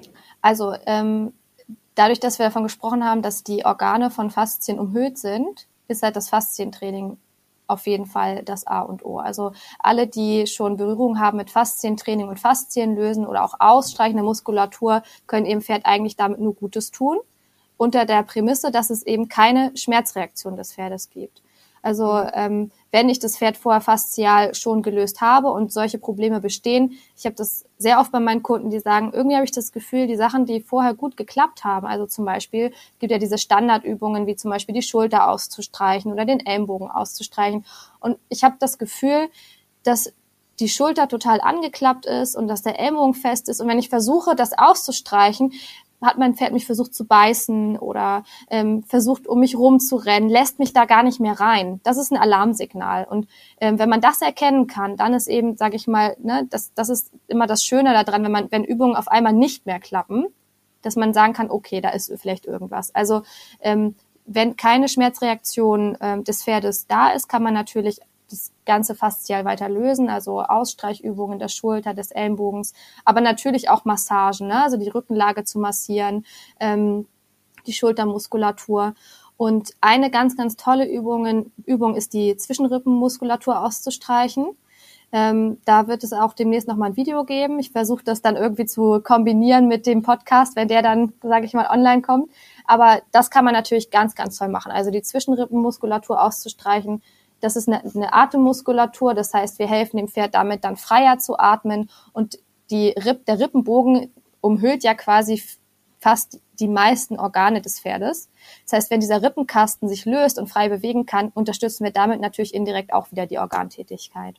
S2: Also ähm, dadurch, dass wir davon gesprochen haben, dass die Organe von Faszien umhüllt sind, ist halt das Faszientraining auf jeden Fall das A und O. Also alle, die schon Berührung haben mit Faszientraining und Faszienlösen oder auch Ausstreichen der Muskulatur, können dem Pferd eigentlich damit nur Gutes tun, unter der Prämisse, dass es eben keine Schmerzreaktion des Pferdes gibt. Also ähm, wenn ich das Pferd vorher faszial schon gelöst habe und solche Probleme bestehen, ich habe das sehr oft bei meinen Kunden, die sagen, irgendwie habe ich das Gefühl, die Sachen, die vorher gut geklappt haben, also zum Beispiel, es gibt ja diese Standardübungen, wie zum Beispiel die Schulter auszustreichen oder den Ellenbogen auszustreichen. Und ich habe das Gefühl, dass die Schulter total angeklappt ist und dass der Ellenbogen fest ist. Und wenn ich versuche, das auszustreichen, hat mein Pferd mich versucht zu beißen oder ähm, versucht, um mich rumzurennen, lässt mich da gar nicht mehr rein. Das ist ein Alarmsignal. Und ähm, wenn man das erkennen kann, dann ist eben, sage ich mal, ne, das, das ist immer das Schöne daran, wenn man, wenn Übungen auf einmal nicht mehr klappen, dass man sagen kann, okay, da ist vielleicht irgendwas. Also ähm, wenn keine Schmerzreaktion ähm, des Pferdes da ist, kann man natürlich das Ganze faszial weiter lösen, also Ausstreichübungen der Schulter, des Ellenbogens, aber natürlich auch Massagen, ne? Also die Rückenlage zu massieren, ähm, die Schultermuskulatur. Und eine ganz, ganz tolle Übung, Übung ist die Zwischenrippenmuskulatur auszustreichen. Ähm, da wird es auch demnächst nochmal ein Video geben. Ich versuche das dann irgendwie zu kombinieren mit dem Podcast, wenn der dann, sage ich mal, online kommt. Aber das kann man natürlich ganz, ganz toll machen. Also die Zwischenrippenmuskulatur auszustreichen, das ist eine, eine Atemmuskulatur, das heißt, wir helfen dem Pferd damit dann freier zu atmen und die Ripp, der Rippenbogen umhüllt ja quasi fast die meisten Organe des Pferdes. Das heißt, wenn dieser Rippenkasten sich löst und frei bewegen kann, unterstützen wir damit natürlich indirekt auch wieder die Organtätigkeit.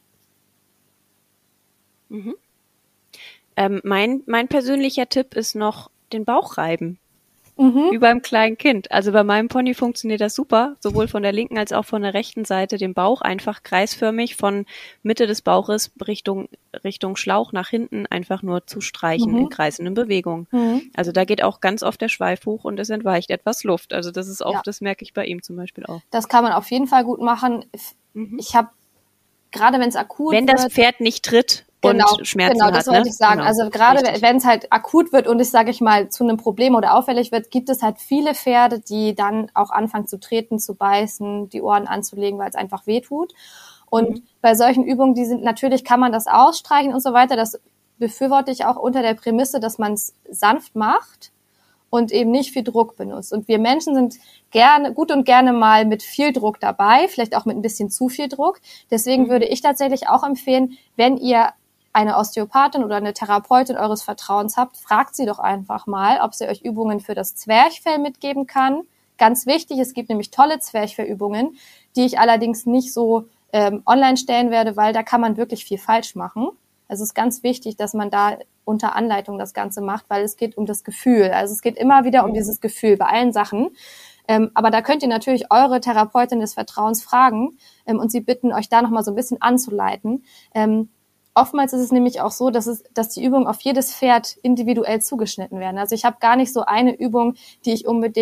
S1: Mhm. Ähm, mein, mein persönlicher Tipp ist noch den Bauch reiben. Mhm. Wie beim kleinen Kind. Also bei meinem Pony funktioniert das super, sowohl von der linken als auch von der rechten Seite, den Bauch einfach kreisförmig von Mitte des Bauches Richtung Richtung Schlauch nach hinten einfach nur zu streichen, mhm. in kreisenden Bewegungen. Mhm. Also da geht auch ganz oft der Schweif hoch und es entweicht etwas Luft. Also das ist auch, ja. das merke ich bei ihm zum Beispiel auch.
S2: Das kann man auf jeden Fall gut machen. Mhm. Ich habe, gerade wenn es akut
S1: Wenn
S2: wird,
S1: das Pferd nicht tritt,
S2: Genau,
S1: und Schmerzen
S2: genau, das
S1: hat,
S2: wollte
S1: ne?
S2: ich sagen.
S1: Genau.
S2: Also gerade wenn es halt akut wird und es, sage ich mal, zu einem Problem oder auffällig wird, gibt es halt viele Pferde, die dann auch anfangen zu treten, zu beißen, die Ohren anzulegen, weil es einfach weh tut. Und mhm. bei solchen Übungen, die sind natürlich, kann man das ausstreichen und so weiter. Das befürworte ich auch unter der Prämisse, dass man es sanft macht und eben nicht viel Druck benutzt. Und wir Menschen sind gerne, gut und gerne mal mit viel Druck dabei, vielleicht auch mit ein bisschen zu viel Druck. Deswegen mhm. würde ich tatsächlich auch empfehlen, wenn ihr eine Osteopathin oder eine Therapeutin eures Vertrauens habt, fragt sie doch einfach mal, ob sie euch Übungen für das Zwerchfell mitgeben kann. Ganz wichtig, es gibt nämlich tolle Zwerchfellübungen, die ich allerdings nicht so ähm, online stellen werde, weil da kann man wirklich viel falsch machen. Also es ist ganz wichtig, dass man da unter Anleitung das Ganze macht, weil es geht um das Gefühl. Also es geht immer wieder um dieses Gefühl bei allen Sachen. Ähm, aber da könnt ihr natürlich eure Therapeutin des Vertrauens fragen ähm, und sie bitten, euch da nochmal so ein bisschen anzuleiten. Ähm, Oftmals ist es nämlich auch so, dass es, dass die Übungen auf jedes Pferd individuell zugeschnitten werden. Also ich habe gar nicht so eine Übung, die ich unbedingt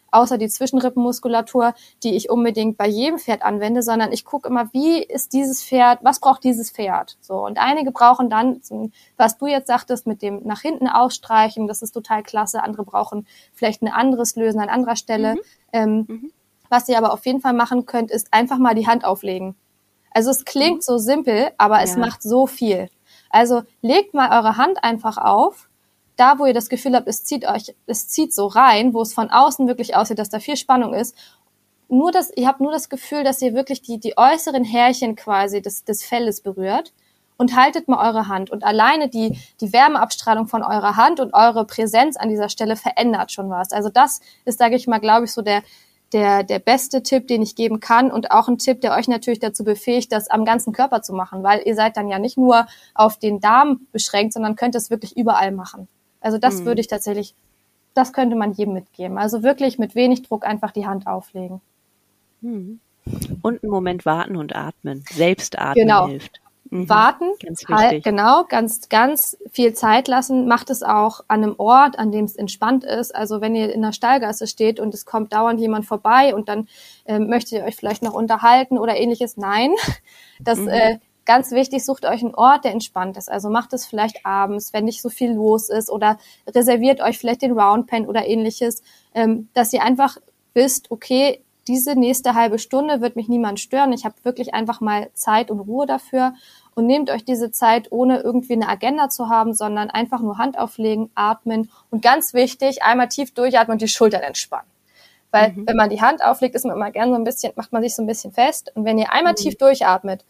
S2: außer die Zwischenrippenmuskulatur, die ich unbedingt bei jedem Pferd anwende, sondern ich gucke immer, wie ist dieses Pferd, was braucht dieses Pferd? So, und einige brauchen dann, was du jetzt sagtest, mit dem nach hinten ausstreichen, das ist total klasse. Andere brauchen vielleicht ein anderes Lösen an anderer Stelle. Mhm. Ähm, mhm. Was ihr aber auf jeden Fall machen könnt, ist einfach mal die Hand auflegen. Also es klingt mhm. so simpel, aber ja. es macht so viel. Also legt mal eure Hand einfach auf, da wo ihr das Gefühl habt, es zieht euch, es zieht so rein, wo es von außen wirklich aussieht, dass da viel Spannung ist. Nur das, ihr habt nur das Gefühl, dass ihr wirklich die, die äußeren Härchen quasi des, des Felles berührt und haltet mal eure Hand. Und alleine die, die Wärmeabstrahlung von eurer Hand und eure Präsenz an dieser Stelle verändert schon was. Also das ist, sage ich mal, glaube ich, so der, der, der beste Tipp, den ich geben kann und auch ein Tipp, der euch natürlich dazu befähigt, das am ganzen Körper zu machen, weil ihr seid dann ja nicht nur auf den Darm beschränkt, sondern könnt es wirklich überall machen. Also das mhm. würde ich tatsächlich, das könnte man jedem mitgeben. Also wirklich mit wenig Druck einfach die Hand auflegen.
S1: Mhm. Und einen Moment warten und atmen. Selbst atmen
S2: genau.
S1: hilft.
S2: Mhm. Warten,
S1: ganz
S2: halt, genau, ganz, ganz viel Zeit lassen. Macht es auch an einem Ort, an dem es entspannt ist. Also wenn ihr in der Stallgasse steht und es kommt dauernd jemand vorbei und dann ähm, möchtet ihr euch vielleicht noch unterhalten oder ähnliches. Nein, das mhm. äh, ganz wichtig, sucht euch einen Ort, der entspannt ist. Also macht es vielleicht abends, wenn nicht so viel los ist oder reserviert euch vielleicht den Roundpen oder ähnliches, ähm, dass ihr einfach wisst, okay, diese nächste halbe Stunde wird mich niemand stören. Ich habe wirklich einfach mal Zeit und Ruhe dafür und nehmt euch diese Zeit, ohne irgendwie eine Agenda zu haben, sondern einfach nur Hand auflegen, atmen und ganz wichtig, einmal tief durchatmen und die Schultern entspannen. Weil mhm. wenn man die Hand auflegt, ist man immer gern so ein bisschen, macht man sich so ein bisschen fest und wenn ihr einmal mhm. tief durchatmet,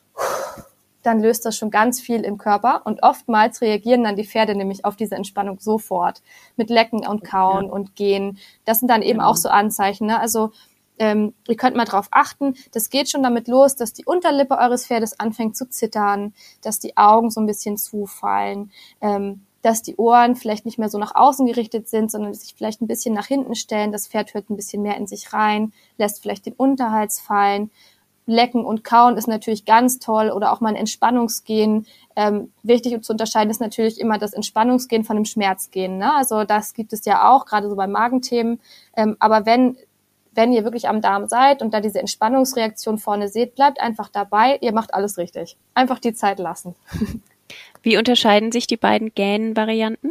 S2: dann löst das schon ganz viel im Körper und oftmals reagieren dann die Pferde nämlich auf diese Entspannung sofort mit Lecken und Kauen ja. und Gehen. Das sind dann eben ja. auch so Anzeichen, ne? Also Ähm, ihr könnt mal drauf achten, das geht schon damit los, dass die Unterlippe eures Pferdes anfängt zu zittern, dass die Augen so ein bisschen zufallen, ähm, dass die Ohren vielleicht nicht mehr so nach außen gerichtet sind, sondern sich vielleicht ein bisschen nach hinten stellen. Das Pferd hört ein bisschen mehr in sich rein, lässt vielleicht den Unterhals fallen. Lecken und Kauen ist natürlich ganz toll oder auch mal ein Entspannungsgehen. Ähm, wichtig zu unterscheiden ist natürlich immer das Entspannungsgehen von dem Schmerzgehen, ne? Also das gibt es ja auch, gerade so bei Magenthemen. Ähm, aber wenn Wenn ihr wirklich am Darm seid und da diese Entspannungsreaktion vorne seht, bleibt einfach dabei. Ihr macht alles richtig. Einfach die Zeit lassen.
S1: Wie unterscheiden sich die beiden Gähnen-Varianten?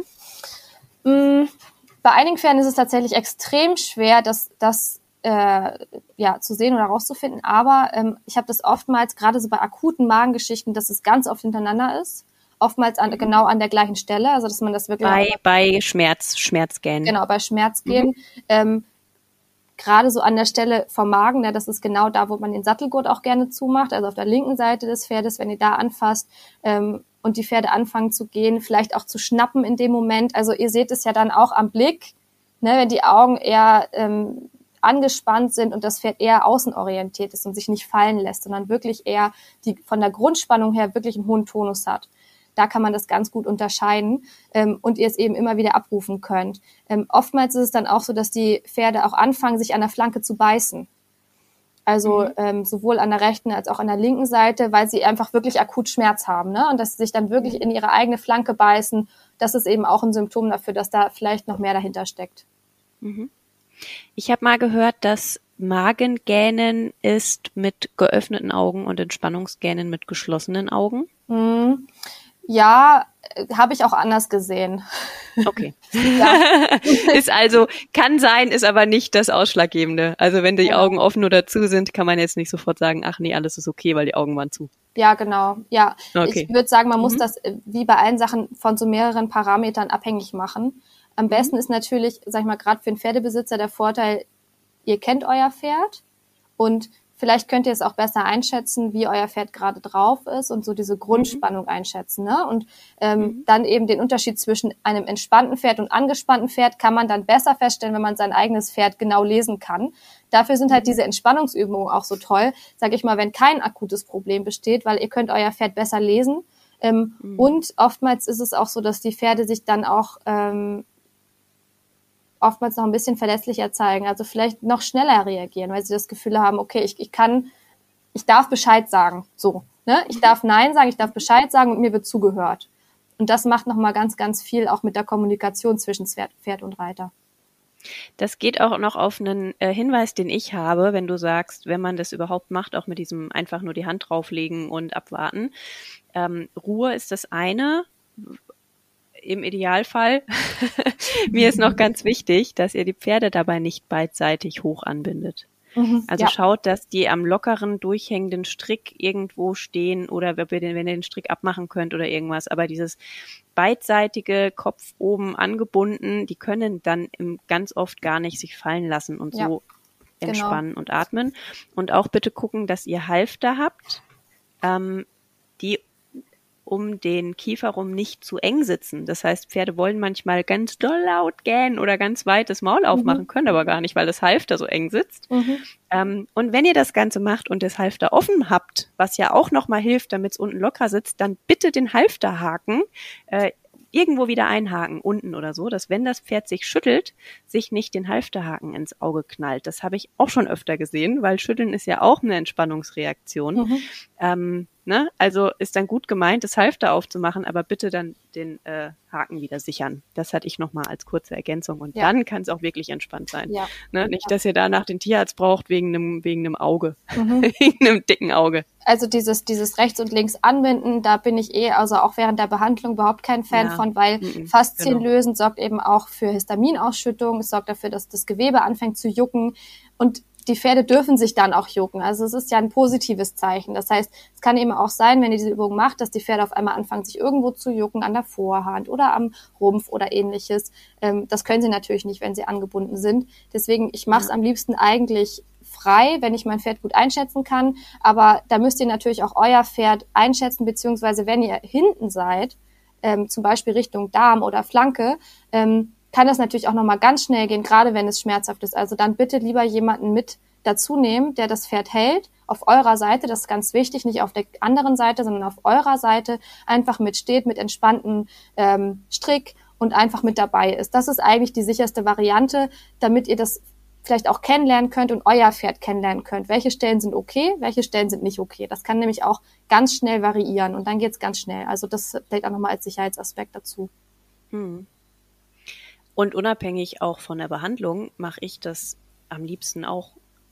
S2: Mm, bei einigen Pferden ist es tatsächlich extrem schwer, das, das äh, ja, zu sehen oder rauszufinden. Aber ähm, ich habe das oftmals, gerade so bei akuten Magengeschichten, dass es ganz oft hintereinander ist. Oftmals an, genau an der gleichen Stelle. Also dass man das wirklich...
S1: Bei, bei Schmerz, Schmerzgähnen.
S2: Genau, bei Schmerzgähnen. Mhm. Ähm, Gerade so an der Stelle vom Magen, ja, das ist genau da, wo man den Sattelgurt auch gerne zumacht, also auf der linken Seite des Pferdes, wenn ihr da anfasst ähm, und die Pferde anfangen zu gehen, vielleicht auch zu schnappen in dem Moment. Also ihr seht es ja dann auch am Blick, ne, wenn die Augen eher ähm, angespannt sind und das Pferd eher außenorientiert ist und sich nicht fallen lässt, sondern wirklich eher die von der Grundspannung her wirklich einen hohen Tonus hat. Da kann man das ganz gut unterscheiden ähm, und ihr es eben immer wieder abrufen könnt. Ähm, oftmals ist es dann auch so, dass die Pferde auch anfangen, sich an der Flanke zu beißen. Also mhm. ähm, sowohl an der rechten als auch an der linken Seite, weil sie einfach wirklich akut Schmerz haben, ne? Und dass sie sich dann wirklich in ihre eigene Flanke beißen, das ist eben auch ein Symptom dafür, dass da vielleicht noch mehr dahinter steckt.
S1: Mhm. Ich habe mal gehört, dass Magengähnen ist mit geöffneten Augen und Entspannungsgähnen mit geschlossenen Augen.
S2: Mhm. Ja, habe ich auch anders gesehen.
S1: Okay. Ja. Ist also, kann sein, ist aber nicht das Ausschlaggebende. Also wenn die ja. Augen offen oder zu sind, kann man jetzt nicht sofort sagen, ach nee, alles ist okay, weil die Augen waren zu.
S2: Ja, genau. Ja,
S1: okay.
S2: Ich würde sagen, man muss
S1: mhm.
S2: das wie bei allen Sachen von so mehreren Parametern abhängig machen. Am besten mhm. ist natürlich, sag ich mal, gerade für einen Pferdebesitzer der Vorteil, ihr kennt euer Pferd und vielleicht könnt ihr es auch besser einschätzen, wie euer Pferd gerade drauf ist und so diese Grundspannung mhm. einschätzen, ne? Und ähm, mhm. dann eben den Unterschied zwischen einem entspannten Pferd und angespannten Pferd kann man dann besser feststellen, wenn man sein eigenes Pferd genau lesen kann. Dafür sind halt diese Entspannungsübungen auch so toll, sage ich mal, wenn kein akutes Problem besteht, weil ihr könnt euer Pferd besser lesen. Ähm, mhm. Und oftmals ist es auch so, dass die Pferde sich dann auch ähm, oftmals noch ein bisschen verlässlicher zeigen, also vielleicht noch schneller reagieren, weil sie das Gefühl haben, okay, ich, ich kann, ich darf Bescheid sagen, so, ne? Ich darf Nein sagen, ich darf Bescheid sagen und mir wird zugehört. Und das macht nochmal ganz, ganz viel auch mit der Kommunikation zwischen Pferd, Pferd und Reiter.
S1: Das geht auch noch auf einen äh, Hinweis, den ich habe, wenn du sagst, wenn man das überhaupt macht, auch mit diesem einfach nur die Hand drauflegen und abwarten. Ähm, Ruhe ist das eine. Im Idealfall. Mir ist noch ganz wichtig, dass ihr die Pferde dabei nicht beidseitig hoch anbindet.
S2: Mhm,
S1: Also
S2: ja.
S1: schaut, dass die am lockeren, durchhängenden Strick irgendwo stehen oder wenn ihr den, wenn ihr den Strick abmachen könnt oder irgendwas. Aber dieses beidseitige Kopf oben angebunden, die können dann im, ganz oft gar nicht sich fallen lassen und
S2: Ja,
S1: so entspannen
S2: genau.
S1: und atmen. Und auch bitte gucken, dass ihr Halfter habt, ähm, die um den Kiefer rum nicht zu eng sitzen. Das heißt, Pferde wollen manchmal ganz doll laut gähnen oder ganz weit das Maul aufmachen,
S2: Mhm.
S1: können aber gar nicht, weil das Halfter so eng sitzt.
S2: Mhm.
S1: Ähm, und wenn ihr das Ganze macht und das Halfter offen habt, was ja auch nochmal hilft, damit es unten locker sitzt, dann bitte den Halfterhaken äh, irgendwo wieder einhaken, unten oder so, dass wenn das Pferd sich schüttelt, sich nicht den Halfterhaken ins Auge knallt. Das habe ich auch schon öfter gesehen, weil Schütteln ist ja auch eine Entspannungsreaktion.
S2: Mhm.
S1: Ähm, ne? Also ist dann gut gemeint, das Halfter aufzumachen, aber bitte dann den äh, Haken wieder sichern. Das hatte ich nochmal als kurze Ergänzung. Und
S2: Ja.
S1: dann kann es auch wirklich entspannt sein.
S2: Ja.
S1: Ne? Nicht, dass ihr danach den Tierarzt braucht wegen einem wegen einem Auge,
S2: Mhm.
S1: wegen einem dicken Auge.
S2: Also dieses dieses rechts und links anbinden, da bin ich eh, also auch während der Behandlung überhaupt kein Fan
S1: Ja.
S2: von, weil
S1: Mhm.
S2: Faszien
S1: Genau.
S2: lösen sorgt eben auch für Histaminausschüttung, es sorgt dafür, dass das Gewebe anfängt zu jucken und die Pferde dürfen sich dann auch jucken. Also es ist ja ein positives Zeichen. Das heißt, es kann eben auch sein, wenn ihr diese Übung macht, dass die Pferde auf einmal anfangen, sich irgendwo zu jucken, an der Vorhand oder am Rumpf oder ähnliches. Ähm, das können sie natürlich nicht, wenn sie angebunden sind. Deswegen, ich mache es
S1: Ja.
S2: am liebsten eigentlich frei, wenn ich mein Pferd gut einschätzen kann. Aber da müsst ihr natürlich auch euer Pferd einschätzen, beziehungsweise wenn ihr hinten seid, ähm, zum Beispiel Richtung Darm oder Flanke, ähm, kann das natürlich auch nochmal ganz schnell gehen, gerade wenn es schmerzhaft ist. Also dann bitte lieber jemanden mit dazu nehmen, der das Pferd hält, auf eurer Seite, das ist ganz wichtig, nicht auf der anderen Seite, sondern auf eurer Seite, einfach mitsteht, mit entspanntem ähm, Strick und einfach mit dabei ist. Das ist eigentlich die sicherste Variante, damit ihr das vielleicht auch kennenlernen könnt und euer Pferd kennenlernen könnt. Welche Stellen sind okay, welche Stellen sind nicht okay. Das kann nämlich auch ganz schnell variieren und dann geht's ganz schnell. Also das vielleicht auch nochmal als Sicherheitsaspekt dazu.
S1: Hm. Und unabhängig auch von der Behandlung mache ich das am liebsten auch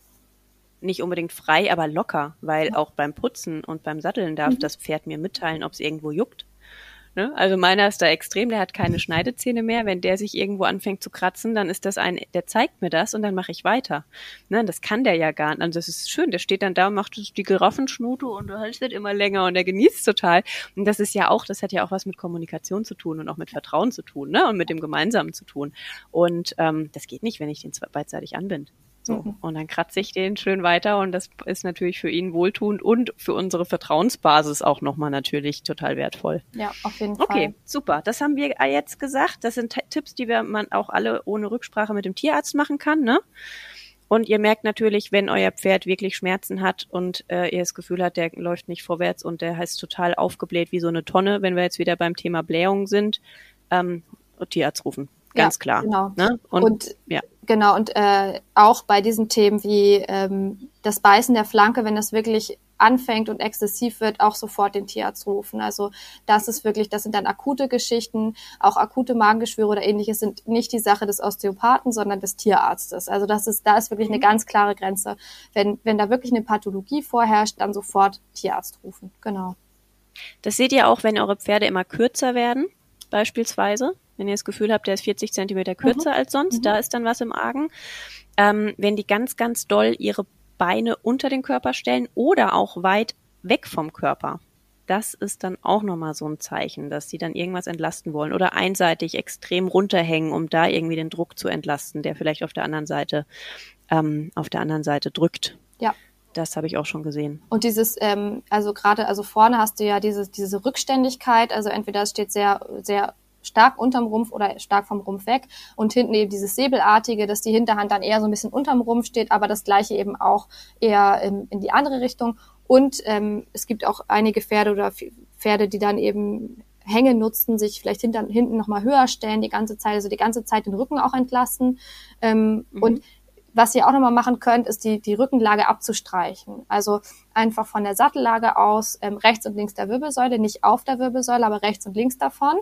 S1: nicht unbedingt frei, aber locker, weil auch beim Putzen und beim Satteln darf
S2: Mhm.
S1: das Pferd mir mitteilen, ob es irgendwo juckt. Ne? Also meiner ist da extrem, der hat keine Schneidezähne mehr. Wenn der sich irgendwo anfängt zu kratzen, dann ist das ein, der zeigt mir das und dann mache ich weiter. Ne? Das kann der ja gar nicht. Also das ist schön, der steht dann da und macht die Giraffenschnute und der Hals wird immer länger und der genießt total. Und das ist ja auch, das hat ja auch was mit Kommunikation zu tun und auch mit Vertrauen zu tun, ne? Und mit dem Gemeinsamen zu tun. Und ähm, das geht nicht, wenn ich den beidseitig anbinde. So.
S2: Mhm.
S1: Und dann kratze ich den schön weiter und das ist natürlich für ihn wohltuend und für unsere Vertrauensbasis auch nochmal natürlich total wertvoll.
S2: Ja, auf jeden Fall.
S1: Okay, super. Das haben wir jetzt gesagt. Das sind T- Tipps, die wir, man auch alle ohne Rücksprache mit dem Tierarzt machen kann, ne? Und ihr merkt natürlich, wenn euer Pferd wirklich Schmerzen hat und äh, ihr das Gefühl habt, der läuft nicht vorwärts und der heißt total aufgebläht wie so eine Tonne, wenn wir jetzt wieder beim Thema Blähung sind, ähm, Tierarzt rufen. Ganz
S2: ja,
S1: klar.
S2: Genau.
S1: Ne? Und,
S2: und
S1: ja.
S2: Genau, und äh, auch bei diesen Themen wie ähm, das Beißen der Flanke, wenn das wirklich anfängt und exzessiv wird, auch sofort den Tierarzt rufen. Also das ist wirklich, das sind dann akute Geschichten, auch akute Magengeschwüre oder ähnliches sind nicht die Sache des Osteopathen, sondern des Tierarztes. Also das ist, da ist wirklich eine ganz klare Grenze. Wenn, wenn da wirklich eine Pathologie vorherrscht, dann sofort Tierarzt rufen. Genau.
S1: Das seht ihr auch, wenn eure Pferde immer kürzer werden, beispielsweise. Wenn ihr das Gefühl habt, der ist vierzig Zentimeter kürzer mhm. als sonst, mhm. da ist dann was im Argen. Ähm, wenn die ganz, ganz doll ihre Beine unter den Körper stellen oder auch weit weg vom Körper, das ist dann auch nochmal so ein Zeichen, dass sie dann irgendwas entlasten wollen oder einseitig extrem runterhängen, um da irgendwie den Druck zu entlasten, der vielleicht auf der anderen Seite, ähm, auf der anderen Seite drückt.
S2: Ja.
S1: Das habe ich auch schon gesehen.
S2: Und dieses, ähm, also gerade, also vorne hast du ja diese, diese Rückständigkeit, also entweder es steht sehr, sehr stark unterm Rumpf oder stark vom Rumpf weg und hinten eben dieses Säbelartige, dass die Hinterhand dann eher so ein bisschen unterm Rumpf steht, aber das Gleiche eben auch eher in, in die andere Richtung. Und ähm, es gibt auch einige Pferde oder Pferde, die dann eben Hänge nutzen, sich vielleicht hinter, hinten nochmal höher stellen, die ganze Zeit, also die ganze Zeit den Rücken auch entlasten. Ähm, mhm. Und was ihr auch nochmal machen könnt, ist die, die Rückenlage abzustreichen. Also einfach von der Sattellage aus, ähm, rechts und links der Wirbelsäule, nicht auf der Wirbelsäule, aber rechts und links davon.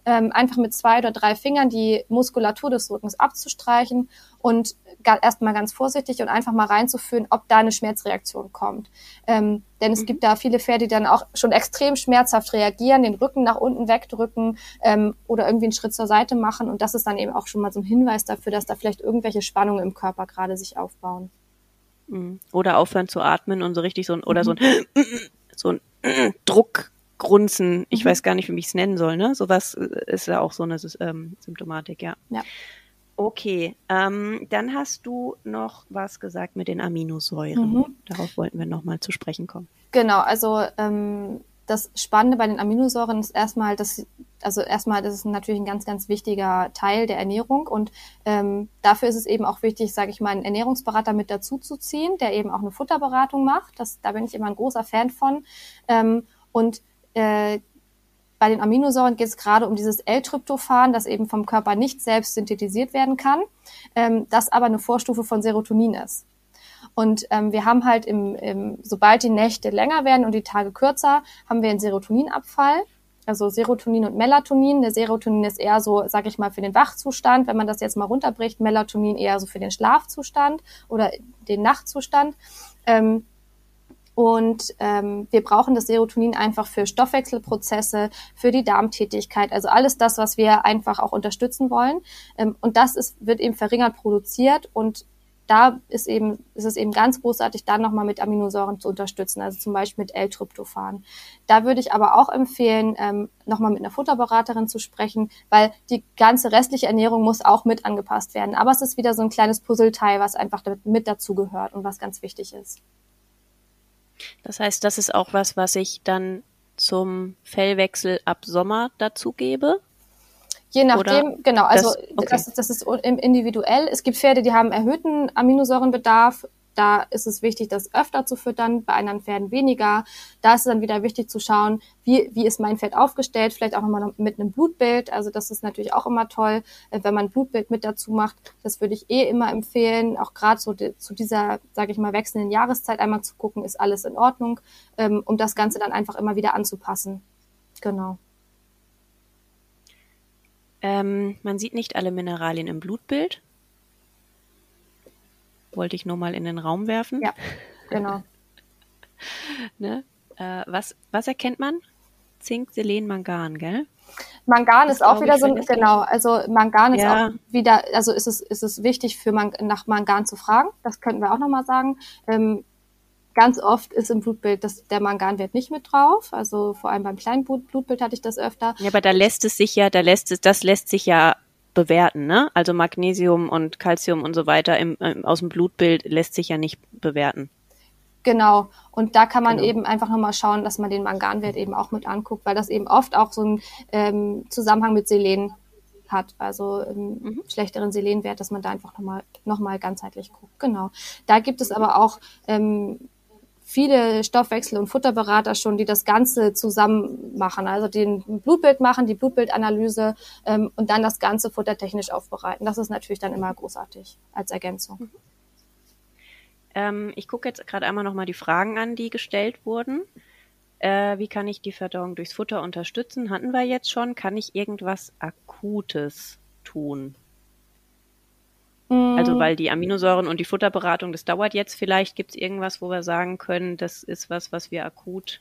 S2: ähm, einfach mit zwei oder drei Fingern die Muskulatur des Rückens abzustreichen und erstmal ganz vorsichtig und einfach mal reinzufühlen, ob da eine Schmerzreaktion kommt. Ähm, denn es mhm. gibt da viele Pferde, die dann auch schon extrem schmerzhaft reagieren, den Rücken nach unten wegdrücken ähm, oder irgendwie einen Schritt zur Seite machen. Und das ist dann eben auch schon mal so ein Hinweis dafür, dass da vielleicht irgendwelche Spannungen im Körper gerade sich aufbauen.
S1: Oder aufhören zu atmen und so richtig so ein, oder mhm. so ein, so ein Druckgrunzen. Ich mhm. weiß gar nicht, wie ich es nennen soll, ne? Sowas ist ja auch so eine ähm, Symptomatik, ja.
S2: Ja.
S1: Okay, ähm, dann hast du noch was gesagt mit den Aminosäuren. Mhm. Darauf wollten wir nochmal zu sprechen kommen.
S2: Genau, also ähm, das Spannende bei den Aminosäuren ist erstmal, dass also erstmal, das ist natürlich ein ganz, ganz wichtiger Teil der Ernährung und ähm, dafür ist es eben auch wichtig, sage ich mal, einen Ernährungsberater mit dazu zu ziehen, der eben auch eine Futterberatung macht. Das, da bin ich immer ein großer Fan von. Ähm, und äh, bei den Aminosäuren geht es gerade um dieses L-Tryptophan, das eben vom Körper nicht selbst synthetisiert werden kann, ähm, das aber eine Vorstufe von Serotonin ist. Und ähm, wir haben halt, im, im, sobald die Nächte länger werden und die Tage kürzer, haben wir einen Serotoninabfall, also Serotonin und Melatonin. Der Serotonin ist eher so, sag ich mal, für den Wachzustand, wenn man das jetzt mal runterbricht, Melatonin eher so für den Schlafzustand oder den Nachtzustand. Ähm, Und ähm, wir brauchen das Serotonin einfach für Stoffwechselprozesse, für die Darmtätigkeit, also alles das, was wir einfach auch unterstützen wollen. Ähm, und das ist, wird eben verringert produziert und da ist eben, ist es eben ganz großartig, dann nochmal mit Aminosäuren zu unterstützen, also zum Beispiel mit L-Tryptophan. Da würde ich aber auch empfehlen, ähm, nochmal mit einer Futterberaterin zu sprechen, weil die ganze restliche Ernährung muss auch mit angepasst werden. Aber es ist wieder so ein kleines Puzzleteil, was einfach mit dazugehört und was ganz wichtig ist.
S1: Das heißt, das ist auch was, was ich dann zum Fellwechsel ab Sommer dazugebe?
S2: Je nachdem, Oder genau, also das, okay. das, das ist individuell. Es gibt Pferde, die haben erhöhten Aminosäurenbedarf. Da ist es wichtig, das öfter zu füttern, bei anderen Pferden weniger. Da ist es dann wieder wichtig zu schauen, wie, wie ist mein Pferd aufgestellt, vielleicht auch nochmal mit einem Blutbild. Also das ist natürlich auch immer toll, wenn man ein Blutbild mit dazu macht. Das würde ich eh immer empfehlen, auch gerade so die, zu dieser, sage ich mal, wechselnden Jahreszeit einmal zu gucken, ist alles in Ordnung, ähm, um das Ganze dann einfach immer wieder anzupassen. Genau.
S1: Ähm, man sieht nicht alle Mineralien im Blutbild. Wollte ich nur mal in den Raum werfen.
S2: Ja, genau.
S1: ne? äh, was, was erkennt man? Zink, Selen, Mangan, gell?
S2: Mangan das ist auch wieder so ein, genau, also Mangan ist
S1: ja.
S2: auch wieder, also ist es, ist es wichtig für man, nach Mangan zu fragen. Das könnten wir auch nochmal sagen. Ähm, Ganz oft ist im Blutbild das, der Manganwert nicht mit drauf. Also vor allem beim kleinen Blut, Blutbild hatte ich das öfter.
S1: Ja, aber da lässt es sich ja, da lässt es, das lässt sich ja bewerten, ne? Also Magnesium und Calcium und so weiter im, im, aus dem Blutbild lässt sich ja nicht bewerten.
S2: Genau. Und da kann man
S1: genau.
S2: eben einfach nochmal schauen, dass man den Manganwert eben auch mit anguckt, weil das eben oft auch so einen ähm, Zusammenhang mit Selen hat, also einen mhm. schlechteren Selenwert, dass man da einfach nochmal noch mal ganzheitlich guckt. Genau. Da gibt es aber auch ähm, viele Stoffwechsel- und Futterberater schon, die das Ganze zusammen machen, also den Blutbild machen, die Blutbildanalyse ähm, und dann das Ganze futtertechnisch aufbereiten. Das ist natürlich dann immer großartig als Ergänzung.
S1: Mhm. Ähm, ich gucke jetzt gerade einmal nochmal die Fragen an, die gestellt wurden. Äh, wie kann ich die Verdauung durchs Futter unterstützen? Hatten wir jetzt schon. Kann ich irgendwas Akutes tun? Also weil die Aminosäuren und die Futterberatung, das dauert jetzt vielleicht. Gibt es irgendwas, wo wir sagen können, das ist was, was wir akut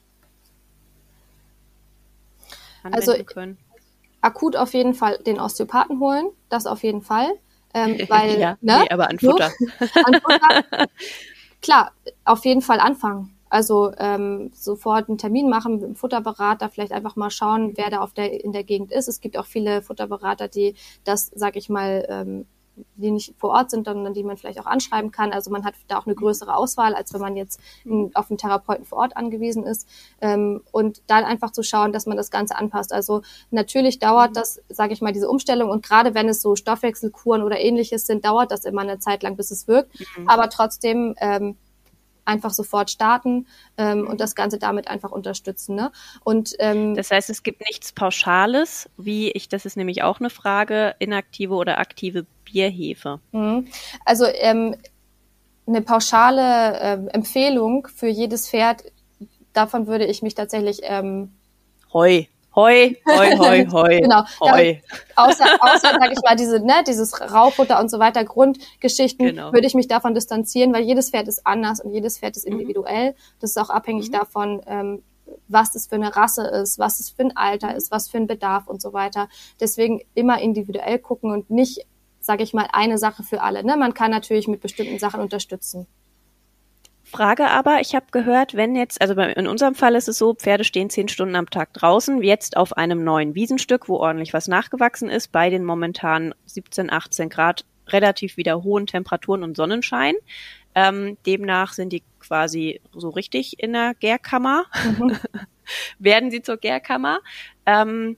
S1: anwenden
S2: also,
S1: können?
S2: Akut auf jeden Fall den Osteopathen holen, das auf jeden Fall. Ähm, weil,
S1: ja,
S2: ne?
S1: nee, aber an Futter.
S2: an Futter. Klar, auf jeden Fall anfangen. Also ähm, sofort einen Termin machen mit dem Futterberater, vielleicht einfach mal schauen, wer da auf der in der Gegend ist. Es gibt auch viele Futterberater, die das, sag ich mal, ähm, die nicht vor Ort sind, sondern die man vielleicht auch anschreiben kann. Also man hat da auch eine größere Auswahl, als wenn man jetzt m, auf einen Therapeuten vor Ort angewiesen ist. Ähm, und dann einfach zu schauen, dass man das Ganze anpasst. Also natürlich dauert das, sage ich mal, diese Umstellung. Und gerade wenn es so Stoffwechselkuren oder Ähnliches sind, dauert das immer eine Zeit lang, bis es wirkt. Mhm. Aber trotzdem ähm, einfach sofort starten ähm, und das Ganze damit einfach unterstützen. Ne? Und ähm,
S1: das heißt, es gibt nichts Pauschales, wie ich, das ist nämlich auch eine Frage, inaktive oder aktive Bierhefe.
S2: Also ähm, eine pauschale ähm, Empfehlung für jedes Pferd, davon würde ich mich tatsächlich ähm,
S1: Heu. Hoi, hoi, hoi, hoi.
S2: Genau.
S1: Hoi.
S2: Da, außer, außer sag ich mal, diese, ne, dieses Raufutter und so weiter, Grundgeschichten,
S1: Genau.
S2: würde ich mich davon distanzieren, weil jedes Pferd ist anders und jedes Pferd ist individuell. Mhm. Das ist auch abhängig mhm. davon, ähm, was es für eine Rasse ist, was es für ein Alter ist, was für ein Bedarf und so weiter. Deswegen immer individuell gucken und nicht, sage ich mal, eine Sache für alle. Ne? Man kann natürlich mit bestimmten Sachen unterstützen.
S1: Frage aber, ich habe gehört, wenn jetzt, also in unserem Fall ist es so, Pferde stehen zehn Stunden am Tag draußen, jetzt auf einem neuen Wiesenstück, wo ordentlich was nachgewachsen ist, bei den momentan siebzehn, achtzehn Grad, relativ wieder hohen Temperaturen und Sonnenschein. Ähm, demnach sind die quasi so richtig in der Gärkammer, mhm. werden sie zur Gärkammer. Ähm,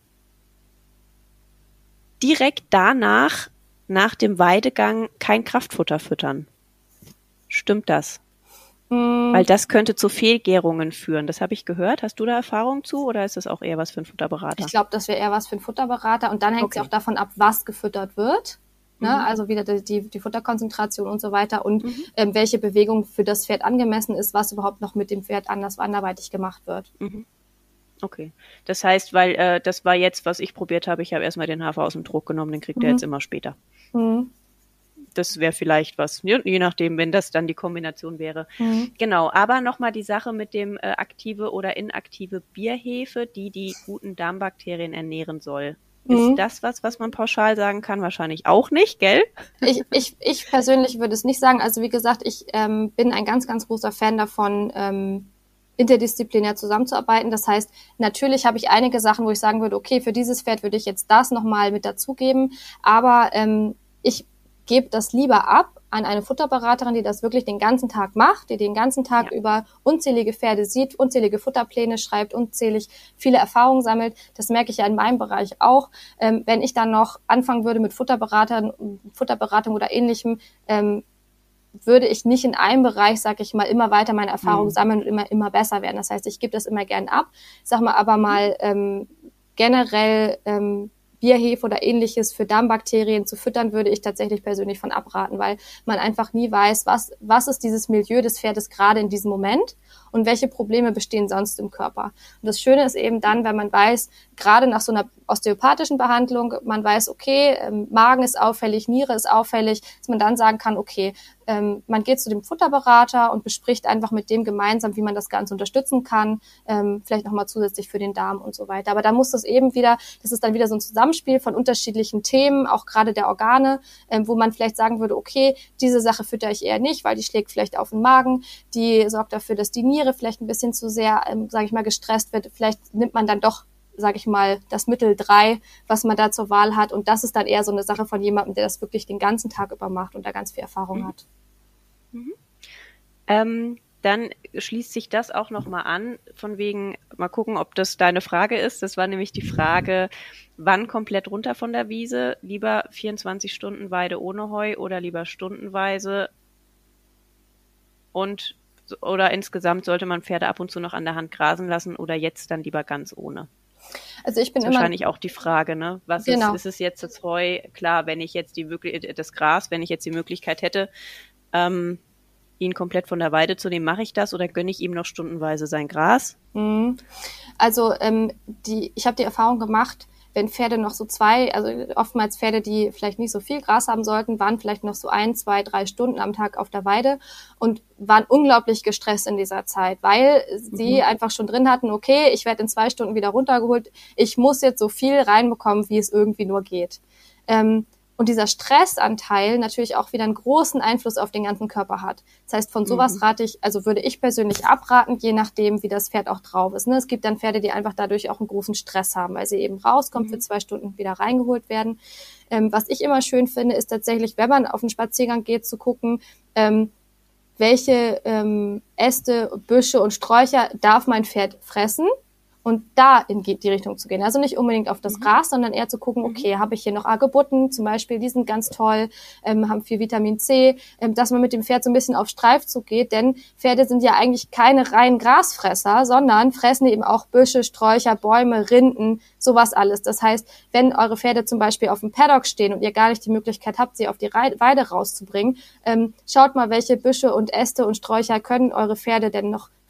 S1: direkt danach, nach dem Weidegang, kein Kraftfutter füttern. Stimmt das? Mhm. Weil das könnte zu Fehlgärungen führen. Das habe ich gehört. Hast du da Erfahrung zu oder ist das auch eher was für einen Futterberater?
S2: Ich glaube, das wäre eher was für einen Futterberater und dann hängt es okay. auch davon ab, was gefüttert wird. Ne? Mhm. Also wieder die, die, die Futterkonzentration und so weiter und mhm. ähm, welche Bewegung für das Pferd angemessen ist, was überhaupt noch mit dem Pferd anders anderweitig gemacht wird.
S1: Mhm. Okay. Das heißt, weil äh, das war jetzt, was ich probiert habe, ich habe erstmal den Hafer aus dem Druck genommen, den kriegt mhm. er jetzt immer später. Mhm. Das wäre vielleicht was, je nachdem, wenn das dann die Kombination wäre. Mhm. Genau, aber nochmal die Sache mit dem äh, aktive oder inaktive Bierhefe, die die guten Darmbakterien ernähren soll. Ist mhm. das was, was man pauschal sagen kann? Wahrscheinlich auch nicht, gell?
S2: Ich, ich, ich persönlich würde es nicht sagen. Also wie gesagt, ich ähm, bin ein ganz, ganz großer Fan davon, ähm, interdisziplinär zusammenzuarbeiten. Das heißt, natürlich habe ich einige Sachen, wo ich sagen würde, okay, für dieses Pferd würde ich jetzt das nochmal mit dazugeben, aber ähm, ich gebe das lieber ab an eine Futterberaterin, die das wirklich den ganzen Tag macht, die den ganzen Tag ja. über unzählige Pferde sieht, unzählige Futterpläne schreibt, unzählig viele Erfahrungen sammelt. Das merke ich ja in meinem Bereich auch. Ähm, wenn ich dann noch anfangen würde mit Futterberatern, Futterberatung oder Ähnlichem, ähm, würde ich nicht in einem Bereich, sag ich mal, immer weiter meine Erfahrungen mhm. sammeln und immer immer besser werden. Das heißt, ich gebe das immer gern ab. Sag mal aber mal ähm, generell ähm, Bierhefe oder Ähnliches für Darmbakterien zu füttern, würde ich tatsächlich persönlich von abraten, weil man einfach nie weiß, was was ist dieses Milieu des Pferdes gerade in diesem Moment und welche Probleme bestehen sonst im Körper. Und das Schöne ist eben dann, wenn man weiß, gerade nach so einer osteopathischen Behandlung, man weiß, okay, ähm, Magen ist auffällig, Niere ist auffällig, dass man dann sagen kann, okay, ähm, man geht zu dem Futterberater und bespricht einfach mit dem gemeinsam, wie man das Ganze unterstützen kann, ähm, vielleicht nochmal zusätzlich für den Darm und so weiter. Aber da muss das eben wieder, das ist dann wieder so ein Zusammenspiel von unterschiedlichen Themen, auch gerade der Organe, ähm, wo man vielleicht sagen würde, okay, diese Sache fütter ich eher nicht, weil die schlägt vielleicht auf den Magen, die sorgt dafür, dass die Niere vielleicht ein bisschen zu sehr, ähm, sage ich mal, gestresst wird. Vielleicht nimmt man dann doch, sage ich mal, das Mittel drei, was man da zur Wahl hat. Und das ist dann eher so eine Sache von jemandem, der das wirklich den ganzen Tag über macht und da ganz viel Erfahrung
S1: mhm.
S2: hat.
S1: Mhm. Ähm, dann schließt sich das auch nochmal an, von wegen, mal gucken, ob das deine Frage ist. Das war nämlich die Frage, wann komplett runter von der Wiese? Lieber vierundzwanzig Stunden Weide ohne Heu oder lieber stundenweise? Und oder insgesamt sollte man Pferde ab und zu noch an der Hand grasen lassen oder jetzt dann lieber ganz ohne?
S2: Also ich bin
S1: das ist immer wahrscheinlich auch die Frage, ne? Was genau. ist, ist es jetzt das Heu? Klar, wenn ich jetzt die Möglichkeit, das Gras, wenn ich jetzt die Möglichkeit hätte, ähm, ihn komplett von der Weide zu nehmen, mache ich das oder gönne ich ihm noch stundenweise sein Gras?
S2: Also ähm, die, ich habe die Erfahrung gemacht, wenn Pferde noch so zwei, also oftmals Pferde, die vielleicht nicht so viel Gras haben sollten, waren vielleicht noch so ein, zwei, drei Stunden am Tag auf der Weide und waren unglaublich gestresst in dieser Zeit, weil sie mhm. einfach schon drin hatten, okay, ich werde in zwei Stunden wieder runtergeholt, ich muss jetzt so viel reinbekommen, wie es irgendwie nur geht. Ähm, Und dieser Stressanteil natürlich auch wieder einen großen Einfluss auf den ganzen Körper hat. Das heißt, von sowas mhm. rate ich, also würde ich persönlich abraten, je nachdem, wie das Pferd auch drauf ist. Ne? Es gibt dann Pferde, die einfach dadurch auch einen großen Stress haben, weil sie eben rauskommen, mhm. für zwei Stunden wieder reingeholt werden. Ähm, was ich immer schön finde, ist tatsächlich, wenn man auf einen Spaziergang geht, zu gucken, ähm, welche ähm, Äste, Büsche und Sträucher darf mein Pferd fressen? Und da in die Richtung zu gehen. Also nicht unbedingt auf das mhm. Gras, sondern eher zu gucken, okay, habe ich hier noch Agebutten zum Beispiel, die sind ganz toll, ähm, haben viel Vitamin C, ähm, dass man mit dem Pferd so ein bisschen auf Streifzug geht, denn Pferde sind ja eigentlich keine reinen Grasfresser, sondern fressen eben auch Büsche, Sträucher, Bäume, Rinden, sowas alles. Das heißt, wenn eure Pferde zum Beispiel auf dem Paddock stehen und ihr gar nicht die Möglichkeit habt, sie auf die Weide rauszubringen, ähm, schaut mal, welche Büsche und Äste und Sträucher können eure Pferde denn noch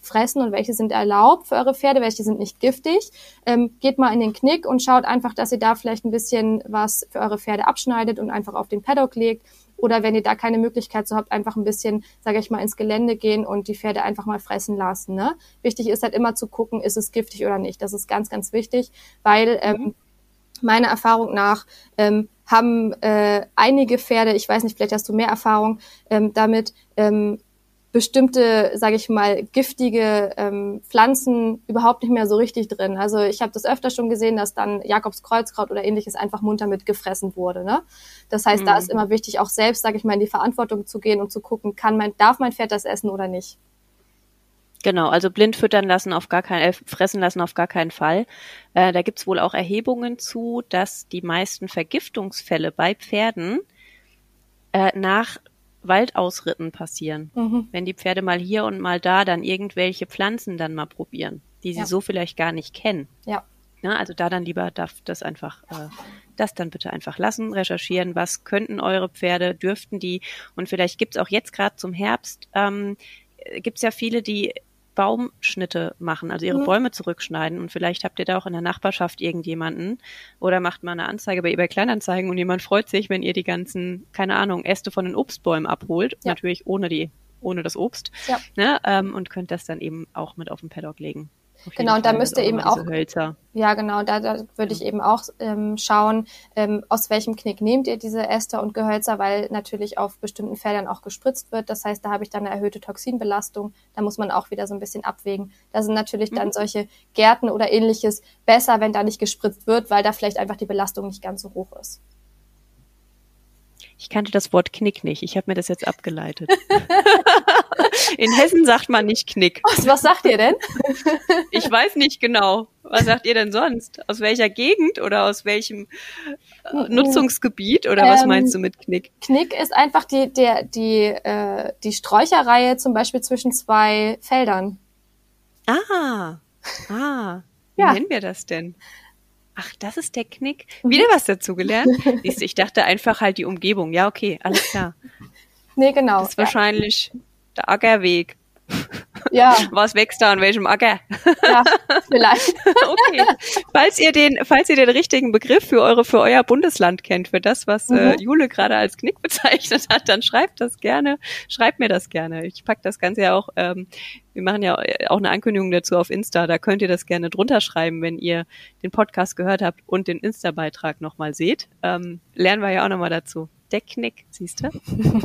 S2: fressen und welche sind erlaubt für eure Pferde, welche sind nicht giftig. Ähm, geht mal in den Knick und schaut einfach, dass ihr da vielleicht ein bisschen was für eure Pferde abschneidet und einfach auf den Paddock legt. Oder wenn ihr da keine Möglichkeit so habt, einfach ein bisschen, sage ich mal, ins Gelände gehen und die Pferde einfach mal fressen lassen. Ne? Wichtig ist halt immer zu gucken, ist es giftig oder nicht. Das ist ganz, ganz wichtig, weil ähm, meiner Erfahrung nach ähm, haben äh, einige Pferde, ich weiß nicht, vielleicht hast du mehr Erfahrung ähm, damit, ähm, bestimmte, sage ich mal, giftige ähm, Pflanzen überhaupt nicht mehr so richtig drin. Also ich habe das öfter schon gesehen, dass dann Jakobskreuzkraut oder ähnliches einfach munter mitgefressen wurde. Ne? Das heißt, mhm. da ist immer wichtig, auch selbst, sage ich mal, in die Verantwortung zu gehen und zu gucken, kann mein, darf mein Pferd das essen oder nicht.
S1: Genau, also blind füttern lassen auf gar keinen, äh, fressen lassen auf gar keinen Fall. Äh, da gibt's wohl auch Erhebungen zu, dass die meisten Vergiftungsfälle bei Pferden äh, nach Waldausritten passieren. Mhm. Wenn die Pferde mal hier und mal da dann irgendwelche Pflanzen dann mal probieren, die sie ja. so vielleicht gar nicht kennen.
S2: Ja.
S1: Ja, also da dann lieber darf das einfach, äh, das dann bitte einfach lassen, recherchieren, was könnten eure Pferde, dürften die, und vielleicht gibt's auch jetzt gerade zum Herbst, ähm, gibt's ja viele, die Baumschnitte machen, also ihre mhm. Bäume zurückschneiden, und vielleicht habt ihr da auch in der Nachbarschaft irgendjemanden oder macht mal eine Anzeige bei eBay Kleinanzeigen und jemand freut sich, wenn ihr die ganzen, keine Ahnung, Äste von den Obstbäumen abholt, ja. natürlich ohne die, ohne das Obst,
S2: ja.
S1: ne, ähm, und könnt das dann eben auch mit auf den Paddock legen.
S2: Genau, und da müsst ihr eben auch,
S1: Hölzer.
S2: ja genau, da, da würde ich eben auch ähm, schauen, ähm, aus welchem Knick nehmt ihr diese Äste und Gehölzer, weil natürlich auf bestimmten Feldern auch gespritzt wird. Das heißt, da habe ich dann eine erhöhte Toxinbelastung. Da muss man auch wieder so ein bisschen abwägen. Da sind natürlich mhm. dann solche Gärten oder ähnliches besser, wenn da nicht gespritzt wird, weil da vielleicht einfach die Belastung nicht ganz so hoch ist.
S1: Ich kannte das Wort Knick nicht. Ich habe mir das jetzt abgeleitet. In Hessen sagt man nicht Knick.
S2: Was, was sagt ihr denn?
S1: Ich weiß nicht genau. Was sagt ihr denn sonst? Aus welcher Gegend oder aus welchem äh, Nutzungsgebiet oder was ähm, meinst du mit Knick?
S2: Knick ist einfach die der die äh, die Sträucherreihe zum Beispiel zwischen zwei Feldern.
S1: Ah, ah. Wie
S2: ja.
S1: nennen wir das denn? Ach, das ist der Knick. Wieder was dazugelernt. Siehst du, ich dachte einfach halt die Umgebung. Ja, okay, alles klar.
S2: Nee, genau.
S1: Das ist wahrscheinlich ja. der Ackerweg.
S2: Ja.
S1: Was wächst da an welchem Acker?
S2: Ja, vielleicht.
S1: Okay. Falls ihr den, falls ihr den richtigen Begriff für eure, für euer Bundesland kennt, für das, was mhm. äh, Jule gerade als Knick bezeichnet hat, dann schreibt das gerne, schreibt mir das gerne. Ich pack das Ganze ja auch, ähm, wir machen ja auch eine Ankündigung dazu auf Insta, da könnt ihr das gerne drunter schreiben, wenn ihr den Podcast gehört habt und den Insta-Beitrag nochmal seht. Ähm, lernen wir ja auch nochmal dazu. Der Knick, siehst du?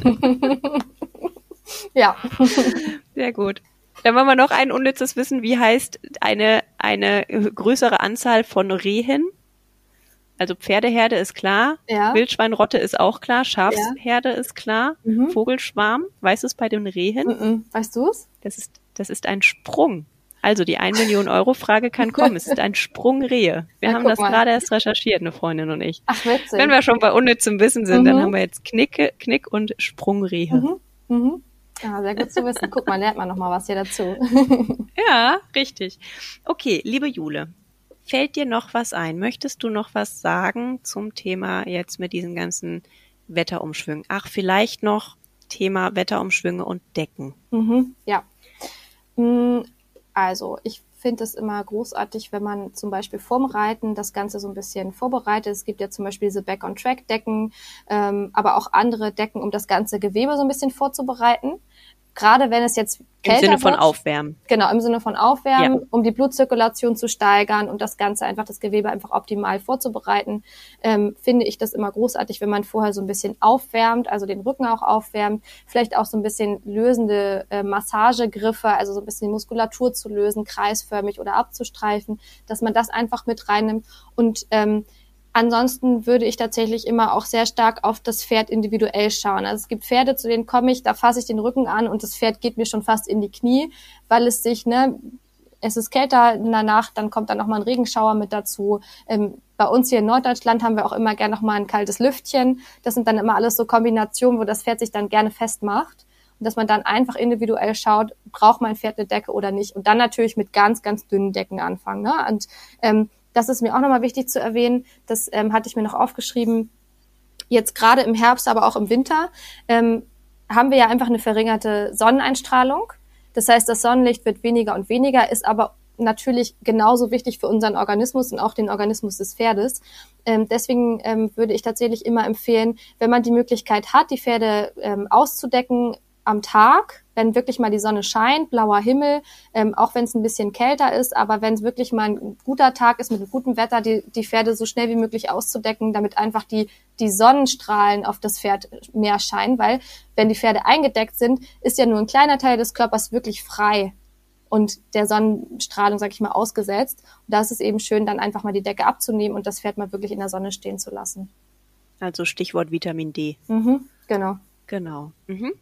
S2: Ja.
S1: Sehr gut. Dann wollen wir noch ein unnützes Wissen. Wie heißt eine, eine größere Anzahl von Rehen? Also Pferdeherde ist klar.
S2: Ja.
S1: Wildschweinrotte ist auch klar. Schafsherde ja. ist klar. Mhm. Vogelschwarm. Weißt du es bei den Rehen?
S2: Mhm. Weißt du es?
S1: Das ist, das ist ein Sprung. Also die ein Million Euro Frage kann kommen. Es ist ein Sprung Rehe. Wir ja, haben das mal. gerade erst recherchiert, eine Freundin und ich.
S2: Ach, witzig.
S1: Wenn wir schon bei unnützem Wissen sind, mhm. dann haben wir jetzt Knicke, Knick und Sprungrehe.
S2: Mhm. Mhm. Ja, sehr gut zu wissen. Guck mal, lernt man noch mal was hier dazu.
S1: Ja, richtig. Okay, liebe Jule, fällt dir noch was ein? Möchtest du noch was sagen zum Thema jetzt mit diesen ganzen Wetterumschwüngen? Ach, vielleicht noch Thema Wetterumschwünge und Decken.
S2: Mhm, ja. Also, ich finde es immer großartig, wenn man zum Beispiel vorm Reiten das Ganze so ein bisschen vorbereitet. Es gibt ja zum Beispiel diese Back-on-Track-Decken, ähm, aber auch andere Decken, um das ganze Gewebe so ein bisschen vorzubereiten. Gerade wenn es jetzt kälter
S1: Im Sinne von
S2: wird,
S1: Aufwärmen.
S2: Genau, im Sinne von Aufwärmen,
S1: ja.
S2: um die Blutzirkulation zu steigern und das Ganze einfach, das Gewebe einfach optimal vorzubereiten, ähm, finde ich das immer großartig, wenn man vorher so ein bisschen aufwärmt, also den Rücken auch aufwärmt, vielleicht auch so ein bisschen lösende äh, Massagegriffe, also so ein bisschen die Muskulatur zu lösen, kreisförmig oder abzustreifen, dass man das einfach mit reinnimmt und ähm, ansonsten würde ich tatsächlich immer auch sehr stark auf das Pferd individuell schauen. Also es gibt Pferde, zu denen komme ich, da fasse ich den Rücken an und das Pferd geht mir schon fast in die Knie, weil es sich, ne, es ist kälter in der Nacht, dann kommt dann nochmal ein Regenschauer mit dazu. Ähm, bei uns hier in Norddeutschland haben wir auch immer gerne nochmal ein kaltes Lüftchen. Das sind dann immer alles so Kombinationen, wo das Pferd sich dann gerne festmacht. Und dass man dann einfach individuell schaut, braucht mein Pferd eine Decke oder nicht. Und dann natürlich mit ganz, ganz dünnen Decken anfangen, ne? Und ähm, das ist mir auch nochmal wichtig zu erwähnen, das ähm, hatte ich mir noch aufgeschrieben, jetzt gerade im Herbst, aber auch im Winter, ähm, haben wir ja einfach eine verringerte Sonneneinstrahlung. Das heißt, das Sonnenlicht wird weniger und weniger, ist aber natürlich genauso wichtig für unseren Organismus und auch den Organismus des Pferdes. Ähm, deswegen ähm, würde ich tatsächlich immer empfehlen, wenn man die Möglichkeit hat, die Pferde ähm, auszudecken am Tag, wenn wirklich mal die Sonne scheint, blauer Himmel, ähm, auch wenn es ein bisschen kälter ist, aber wenn es wirklich mal ein guter Tag ist mit einem guten Wetter, die, die Pferde so schnell wie möglich auszudecken, damit einfach die, die Sonnenstrahlen auf das Pferd mehr scheinen, weil wenn die Pferde eingedeckt sind, ist ja nur ein kleiner Teil des Körpers wirklich frei und der Sonnenstrahlung, sag ich mal, ausgesetzt. Und da ist es eben schön, dann einfach mal die Decke abzunehmen und das Pferd mal wirklich in der Sonne stehen zu lassen.
S1: Also Stichwort Vitamin D.
S2: Mhm, genau.
S1: Genau. Mhm.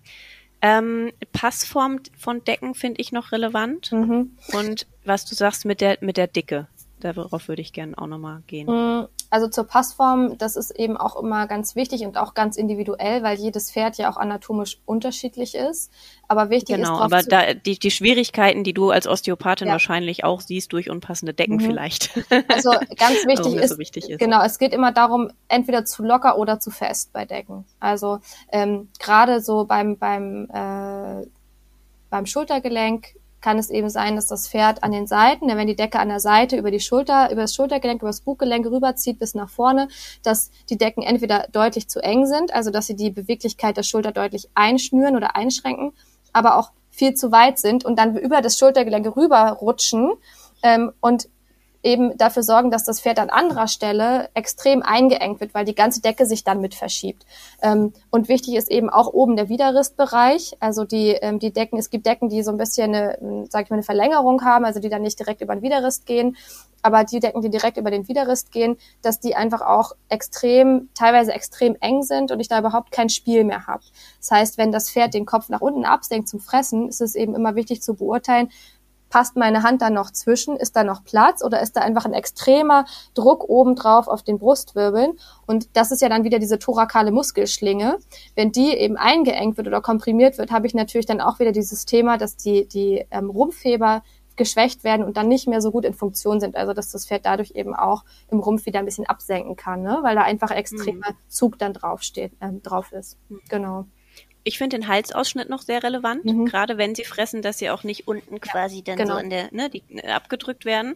S1: Ähm, Passform von Decken finde ich noch relevant.
S2: Mhm.
S1: Und was du sagst mit der mit der Dicke, darauf würde ich gerne auch nochmal gehen.
S2: Also zur Passform, das ist eben auch immer ganz wichtig und auch ganz individuell, weil jedes Pferd ja auch anatomisch unterschiedlich ist. Aber wichtig
S1: genau,
S2: ist
S1: Genau, aber da die, die Schwierigkeiten, die du als Osteopathin ja. wahrscheinlich auch siehst durch unpassende Decken mhm. vielleicht.
S2: Also ganz wichtig ist,
S1: so wichtig ist,
S2: genau, es geht immer darum, entweder zu locker oder zu fest bei Decken. Also ähm, gerade so beim beim äh, beim Schultergelenk kann es eben sein, dass das Pferd an den Seiten, wenn die Decke an der Seite über die Schulter, über das Schultergelenk, über das Buggelenk rüberzieht bis nach vorne, dass die Decken entweder deutlich zu eng sind, also dass sie die Beweglichkeit der Schulter deutlich einschnüren oder einschränken, aber auch viel zu weit sind und dann über das Schultergelenk rüberrutschen ähm, und eben dafür sorgen, dass das Pferd an anderer Stelle extrem eingeengt wird, weil die ganze Decke sich dann mit verschiebt. Ähm, und wichtig ist eben auch oben der Widerristbereich, also die ähm, die Decken, es gibt Decken, die so ein bisschen eine, sag ich mal, eine Verlängerung haben, also die dann nicht direkt über den Widerrist gehen, aber die Decken, die direkt über den Widerrist gehen, dass die einfach auch extrem, teilweise extrem eng sind und ich da überhaupt kein Spiel mehr habe. Das heißt, wenn das Pferd den Kopf nach unten absenkt zum Fressen, ist es eben immer wichtig zu beurteilen, passt meine Hand da noch zwischen? Ist da noch Platz oder ist da einfach ein extremer Druck obendrauf auf den Brustwirbeln? Und das ist ja dann wieder diese thorakale Muskelschlinge. Wenn die eben eingeengt wird oder komprimiert wird, habe ich natürlich dann auch wieder dieses Thema, dass die, die ähm, Rumpfheber geschwächt werden und dann nicht mehr so gut in Funktion sind. Also dass das Pferd dadurch eben auch im Rumpf wieder ein bisschen absenken kann, ne? Weil da einfach extremer mhm. Zug dann drauf steht, ähm, drauf ist. Mhm. Genau.
S1: Ich finde den Halsausschnitt noch sehr relevant, mhm. gerade wenn sie fressen, dass sie auch nicht unten quasi ja, dann genau. so in der, ne, die äh, abgedrückt werden.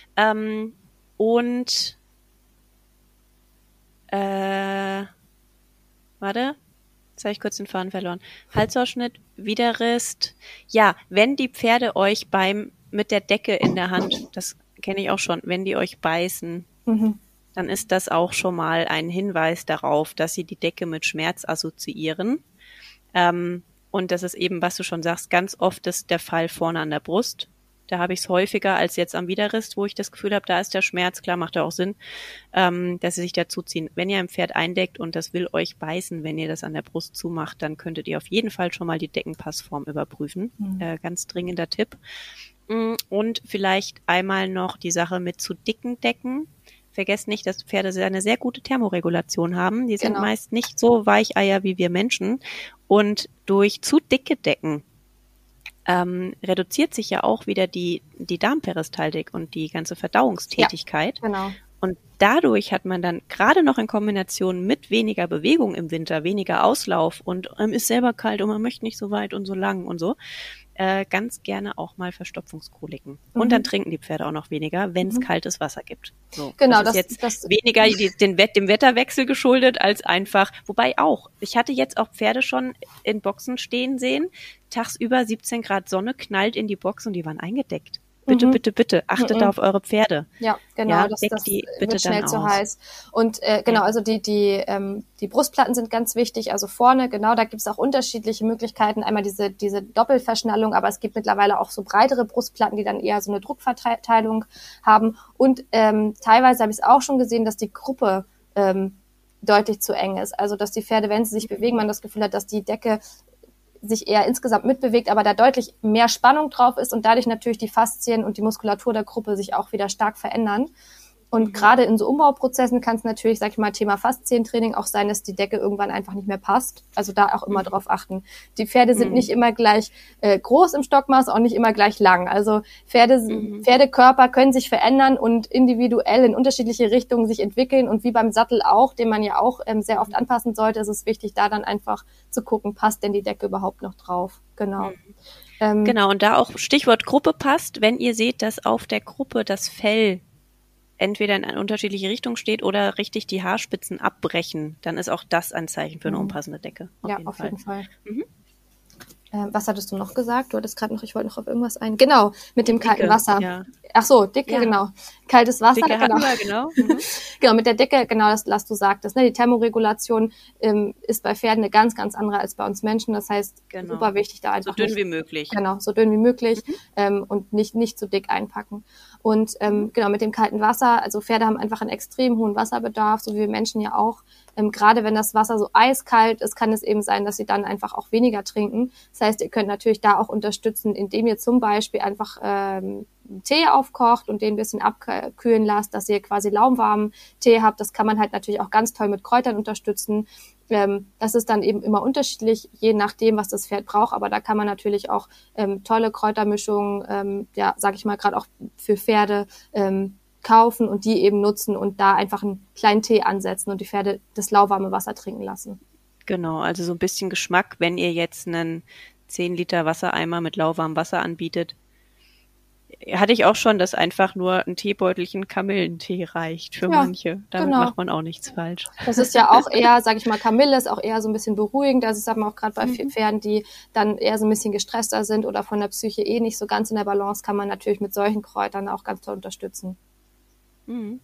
S1: Ähm, und äh, warte, jetzt habe ich kurz den Faden verloren. Halsausschnitt, Widerrist. Ja, wenn die Pferde euch beim mit der Decke in der Hand, das kenne ich auch schon, wenn die euch beißen, mhm. dann ist das auch schon mal ein Hinweis darauf, dass sie die Decke mit Schmerz assoziieren. Ähm, und das ist eben, was du schon sagst, ganz oft ist der Fall vorne an der Brust. Da habe ich es häufiger als jetzt am Widerrist, wo ich das Gefühl habe, da ist der Schmerz, klar, macht ja auch Sinn, ähm, dass sie sich dazuziehen. Wenn ihr ein Pferd eindeckt und das will euch beißen, wenn ihr das an der Brust zumacht, dann könntet ihr auf jeden Fall schon mal die Deckenpassform überprüfen. Mhm. Äh, ganz dringender Tipp. Und vielleicht einmal noch die Sache mit zu dicken Decken. Vergesst nicht, dass Pferde eine sehr gute Thermoregulation haben. Die sind genau. meist nicht so Weicheier wie wir Menschen. Und durch zu dicke Decken ähm, reduziert sich ja auch wieder die, die Darmperistaltik und die ganze Verdauungstätigkeit.
S2: Ja, genau.
S1: Und dadurch hat man dann gerade noch in Kombination mit weniger Bewegung im Winter, weniger Auslauf und ähm, ist selber kalt und man möchte nicht so weit und so lang und so, äh, ganz gerne auch mal Verstopfungskoliken. Mhm. Und dann trinken die Pferde auch noch weniger, wenn es mhm. kaltes Wasser gibt. So,
S2: genau,
S1: das ist
S2: das,
S1: jetzt
S2: das,
S1: weniger die, den Wett, dem Wetterwechsel geschuldet als einfach, wobei auch, ich hatte jetzt auch Pferde schon in Boxen stehen sehen, tagsüber siebzehn Grad Sonne, knallt in die Box und die waren eingedeckt. Bitte, mhm. bitte, bitte, achtet mhm. da auf eure Pferde.
S2: Ja, genau,
S1: ja,
S2: das, das
S1: die bitte
S2: wird schnell
S1: dann
S2: zu
S1: aus.
S2: heiß. Und äh, genau, ja. also die die ähm, die Brustplatten sind ganz wichtig, also vorne, genau, da gibt es auch unterschiedliche Möglichkeiten. Einmal diese diese Doppelverschnallung, aber es gibt mittlerweile auch so breitere Brustplatten, die dann eher so eine Druckverteilung haben. Und ähm, teilweise habe ich es auch schon gesehen, dass die Gruppe ähm, deutlich zu eng ist. Also dass die Pferde, wenn sie sich bewegen, man das Gefühl hat, dass die Decke sich eher insgesamt mitbewegt, aber da deutlich mehr Spannung drauf ist und dadurch natürlich die Faszien und die Muskulatur der Gruppe sich auch wieder stark verändern. Und
S1: Mhm.
S2: gerade in so Umbauprozessen kann es natürlich, sag ich mal, Thema Faszientraining auch sein, dass die Decke irgendwann einfach nicht mehr passt. Also da auch immer
S1: Mhm.
S2: drauf achten. Die Pferde sind
S1: Mhm.
S2: nicht immer gleich äh, groß im Stockmaß, auch nicht immer gleich lang. Also Pferde,
S1: Mhm.
S2: Pferdekörper können sich verändern und individuell in unterschiedliche Richtungen sich entwickeln. Und wie beim Sattel auch, den man ja auch ähm, sehr oft anpassen sollte, ist es wichtig, da dann einfach zu gucken, passt denn die Decke überhaupt noch drauf. Genau.
S1: Mhm.
S2: Ähm,
S1: Genau, und da auch Stichwort Gruppe passt, wenn ihr seht, dass auf der Gruppe das Fell entweder in eine unterschiedliche Richtung steht oder richtig die Haarspitzen abbrechen, dann ist auch das ein Zeichen für eine
S2: Mhm.
S1: unpassende Decke. Auf
S2: ja,
S1: jeden
S2: auf
S1: Fall.
S2: jeden Fall.
S1: Mhm.
S2: Ähm, was hattest du noch gesagt? Du hattest gerade noch, ich wollte noch auf irgendwas ein. Genau, mit dem kalten
S1: Dicke,
S2: Wasser.
S1: ja.
S2: Ach so, Dicke,
S1: Ja.
S2: genau. Kaltes Wasser,
S1: Dicke
S2: genau.
S1: hatten wir, genau. Mhm.
S2: Genau, mit der Dicke, genau das, was du sagtest. Ne? Die Thermoregulation ähm, ist bei Pferden eine ganz, ganz andere als bei uns Menschen. Das heißt,
S1: Genau.
S2: super wichtig, da
S1: So
S2: einfach
S1: dünn
S2: nicht,
S1: wie möglich.
S2: genau, so dünn wie möglich
S1: Mhm.
S2: ähm, und nicht, nicht zu dick einpacken. Und ähm, genau, mit dem kalten Wasser, also Pferde haben einfach einen extrem hohen Wasserbedarf, so wie wir Menschen ja auch. Ähm, gerade wenn das Wasser so eiskalt ist, kann es eben sein, dass sie dann einfach auch weniger trinken. Das heißt, ihr könnt natürlich da auch unterstützen, indem ihr zum Beispiel einfach ähm, Tee aufkocht und den ein bisschen abkühlen lasst, dass ihr quasi lauwarmen Tee habt. Das kann man halt natürlich auch ganz toll mit Kräutern unterstützen. Ähm, das ist dann eben immer unterschiedlich, je nachdem, was das Pferd braucht. Aber da kann man natürlich auch ähm, tolle Kräutermischungen, ähm, ja, sag ich mal, gerade auch für Pferde ähm, kaufen und die eben nutzen und da einfach einen kleinen Tee ansetzen und die Pferde das lauwarme Wasser trinken lassen.
S1: Genau, also so ein bisschen Geschmack, wenn ihr jetzt einen zehn Liter Wassereimer mit lauwarmem Wasser anbietet. Hatte ich auch schon, dass einfach nur ein Teebeutelchen Kamillentee reicht für
S2: Ja,
S1: manche. Damit
S2: genau.
S1: macht man auch nichts falsch.
S2: Das ist ja auch eher, sag ich mal, Kamille ist auch eher so ein bisschen beruhigend. Das ist aber auch gerade bei
S1: Mhm.
S2: Pferden, die dann eher so ein bisschen gestresster sind oder von der Psyche eh nicht so ganz in der Balance, kann man natürlich mit solchen Kräutern auch ganz toll unterstützen.
S1: Mhm.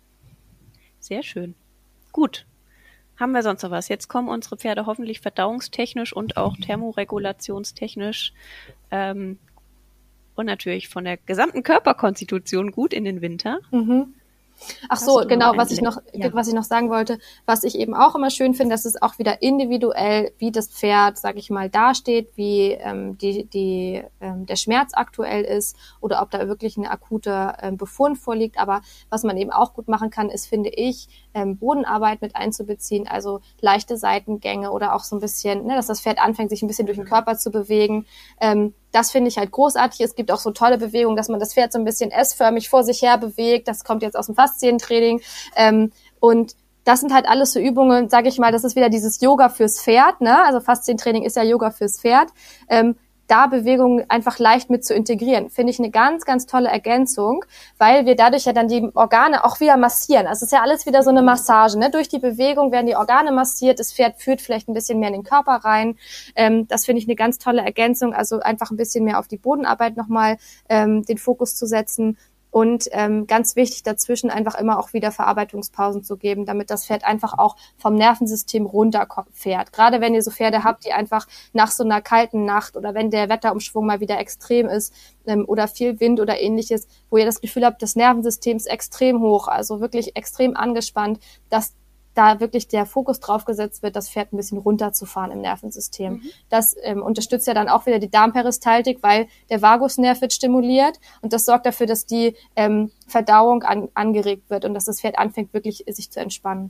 S1: Sehr schön. Gut. Haben wir sonst noch was? Jetzt kommen unsere Pferde hoffentlich verdauungstechnisch und auch thermoregulationstechnisch ähm, und natürlich von der gesamten Körperkonstitution gut in den Winter.
S2: Mhm. Ach
S1: Hast
S2: so,
S1: du
S2: genau,
S1: noch
S2: was
S1: ein
S2: ich noch,
S1: Ja.
S2: was ich noch sagen wollte, was ich eben auch immer schön finde, dass es auch wieder individuell, wie das Pferd, sag ich mal, dasteht, wie ähm, die, die, ähm, der Schmerz aktuell ist oder ob da wirklich eine akute ähm, Befund vorliegt. Aber was man eben auch gut machen kann, ist, finde ich, ähm, Bodenarbeit mit einzubeziehen, also leichte Seitengänge oder auch so ein bisschen, ne, dass das Pferd anfängt, sich ein bisschen durch den Körper zu bewegen. Ähm, Das finde ich halt großartig. Es gibt auch so tolle Bewegungen, dass man das Pferd so ein bisschen S-förmig vor sich her bewegt. Das kommt jetzt aus dem Faszientraining. Ähm, und das sind halt alles so Übungen, sage ich mal, das ist wieder dieses Yoga fürs Pferd. Ne? Also Faszientraining ist ja Yoga fürs Pferd. Ähm, da Bewegungen einfach leicht mit zu integrieren, finde ich eine ganz, ganz tolle Ergänzung, weil wir dadurch ja dann die Organe auch wieder massieren. Also es ist ja alles wieder so eine Massage. Ne? Durch die Bewegung werden die Organe massiert, das Pferd führt vielleicht ein bisschen mehr in den Körper rein. Ähm, das finde ich eine ganz tolle Ergänzung, also einfach ein bisschen mehr auf die Bodenarbeit nochmal ähm, den Fokus zu setzen. Und ähm, ganz wichtig dazwischen einfach immer auch wieder Verarbeitungspausen zu geben, damit das Pferd einfach auch vom Nervensystem runterfährt. Gerade wenn ihr so Pferde habt, die einfach nach so einer kalten Nacht oder wenn der Wetterumschwung mal wieder extrem ist ähm, oder viel Wind oder ähnliches, wo ihr das Gefühl habt, das Nervensystem ist extrem hoch, also wirklich extrem angespannt, dass da wirklich der Fokus drauf gesetzt wird, das Pferd ein bisschen runterzufahren im Nervensystem. Mhm. Das ähm, unterstützt ja dann auch wieder die Darmperistaltik, weil der Vagusnerv wird stimuliert und das sorgt dafür, dass die ähm, Verdauung an, angeregt wird und dass das Pferd anfängt, wirklich sich zu entspannen.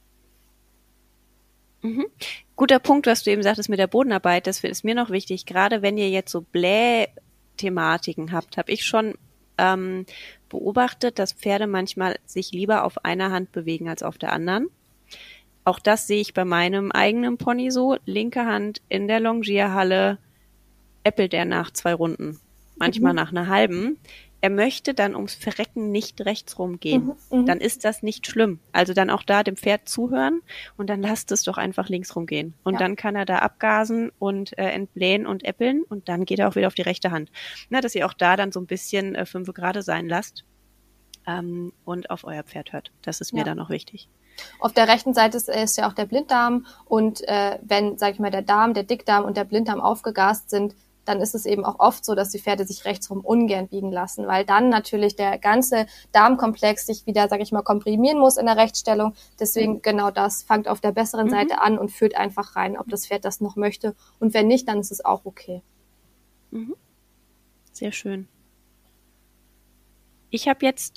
S1: Mhm. Guter Punkt, was du eben sagtest mit der Bodenarbeit, das ist mir noch wichtig. Gerade wenn ihr jetzt so Bläh-Thematiken habt, habe ich schon ähm, beobachtet, dass Pferde manchmal sich lieber auf einer Hand bewegen als auf der anderen. Auch das sehe ich bei meinem eigenen Pony so. Linke Hand in der Longierhalle äppelt er nach zwei Runden, manchmal mhm. nach einer halben. Er möchte dann ums Verrecken nicht rechts rumgehen. Mhm, dann ist das nicht schlimm. Also dann auch da dem Pferd zuhören und dann lasst es doch einfach links rumgehen. Und ja. dann kann er da abgasen und äh, entblähen und äppeln und dann geht er auch wieder auf die rechte Hand. Na, dass ihr auch da dann so ein bisschen äh, fünfe gerade sein lasst ähm, und auf euer Pferd hört. Das ist mir ja. dann auch wichtig.
S2: Auf der rechten Seite ist, ist ja auch der Blinddarm und äh, wenn, sag ich mal, der Darm, der Dickdarm und der Blinddarm aufgegast sind, dann ist es eben auch oft so, dass die Pferde sich rechtsrum ungern biegen lassen, weil dann natürlich der ganze Darmkomplex sich wieder, sag ich mal, komprimieren muss in der Rechtsstellung. Deswegen mhm. genau das, fangt auf der besseren mhm. Seite an und führt einfach rein, ob das Pferd das noch möchte. Und wenn nicht, dann ist es auch okay.
S1: Mhm. Sehr schön. Ich habe jetzt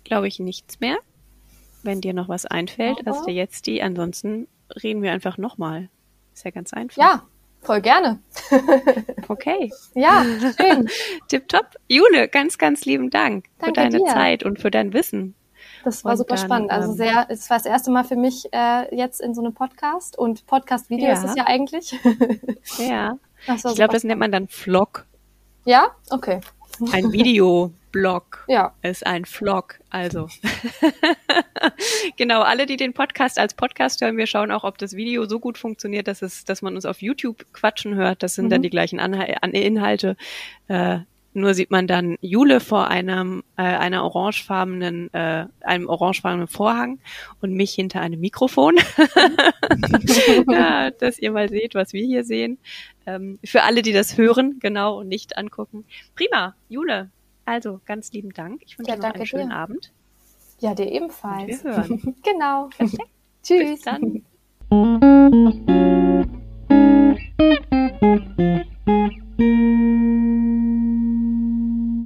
S1: glaube ich, nichts mehr. Wenn dir noch was einfällt,
S2: Aber
S1: hast du jetzt die. Ansonsten reden wir einfach nochmal. Ist ja ganz einfach.
S2: Ja, voll gerne.
S1: Okay.
S2: Ja, schön.
S1: Tipptopp. Jule, ganz, ganz lieben Dank
S2: Danke
S1: für deine
S2: dir.
S1: Zeit und für dein Wissen.
S2: Das war
S1: Und
S2: super
S1: dann,
S2: spannend. Also
S1: ähm,
S2: sehr, es war das erste Mal für mich äh, jetzt in so einem Podcast und Podcast-Video
S1: Ja.
S2: ist es ja eigentlich.
S1: Ja.
S2: Das war
S1: Ich glaube,
S2: super
S1: das nennt man dann Vlog.
S2: Ja? Okay.
S1: Ein Videoblog
S2: Ja.
S1: ist ein Vlog. Also genau, alle, die den Podcast als Podcast hören, wir schauen auch, ob das Video so gut funktioniert, dass es, dass man uns auf YouTube quatschen hört. Das sind
S2: Mhm.
S1: dann die gleichen Anha- an Inhalte. Äh, nur sieht man dann Jule vor einem äh, einer orangefarbenen, äh, einem orangefarbenen Vorhang und mich hinter einem Mikrofon. Ja, dass ihr mal seht, was wir hier sehen. Ähm, für alle, die das hören, genau, und nicht angucken. Prima, Jule. Also, ganz lieben Dank. Ich wünsche
S2: Ja,
S1: dir noch einen
S2: danke
S1: schönen
S2: dir.
S1: Abend.
S2: Ja, dir ebenfalls.
S1: Und wir hören.
S2: Genau.
S1: Perfekt.
S2: Tschüss.
S1: Bis dann.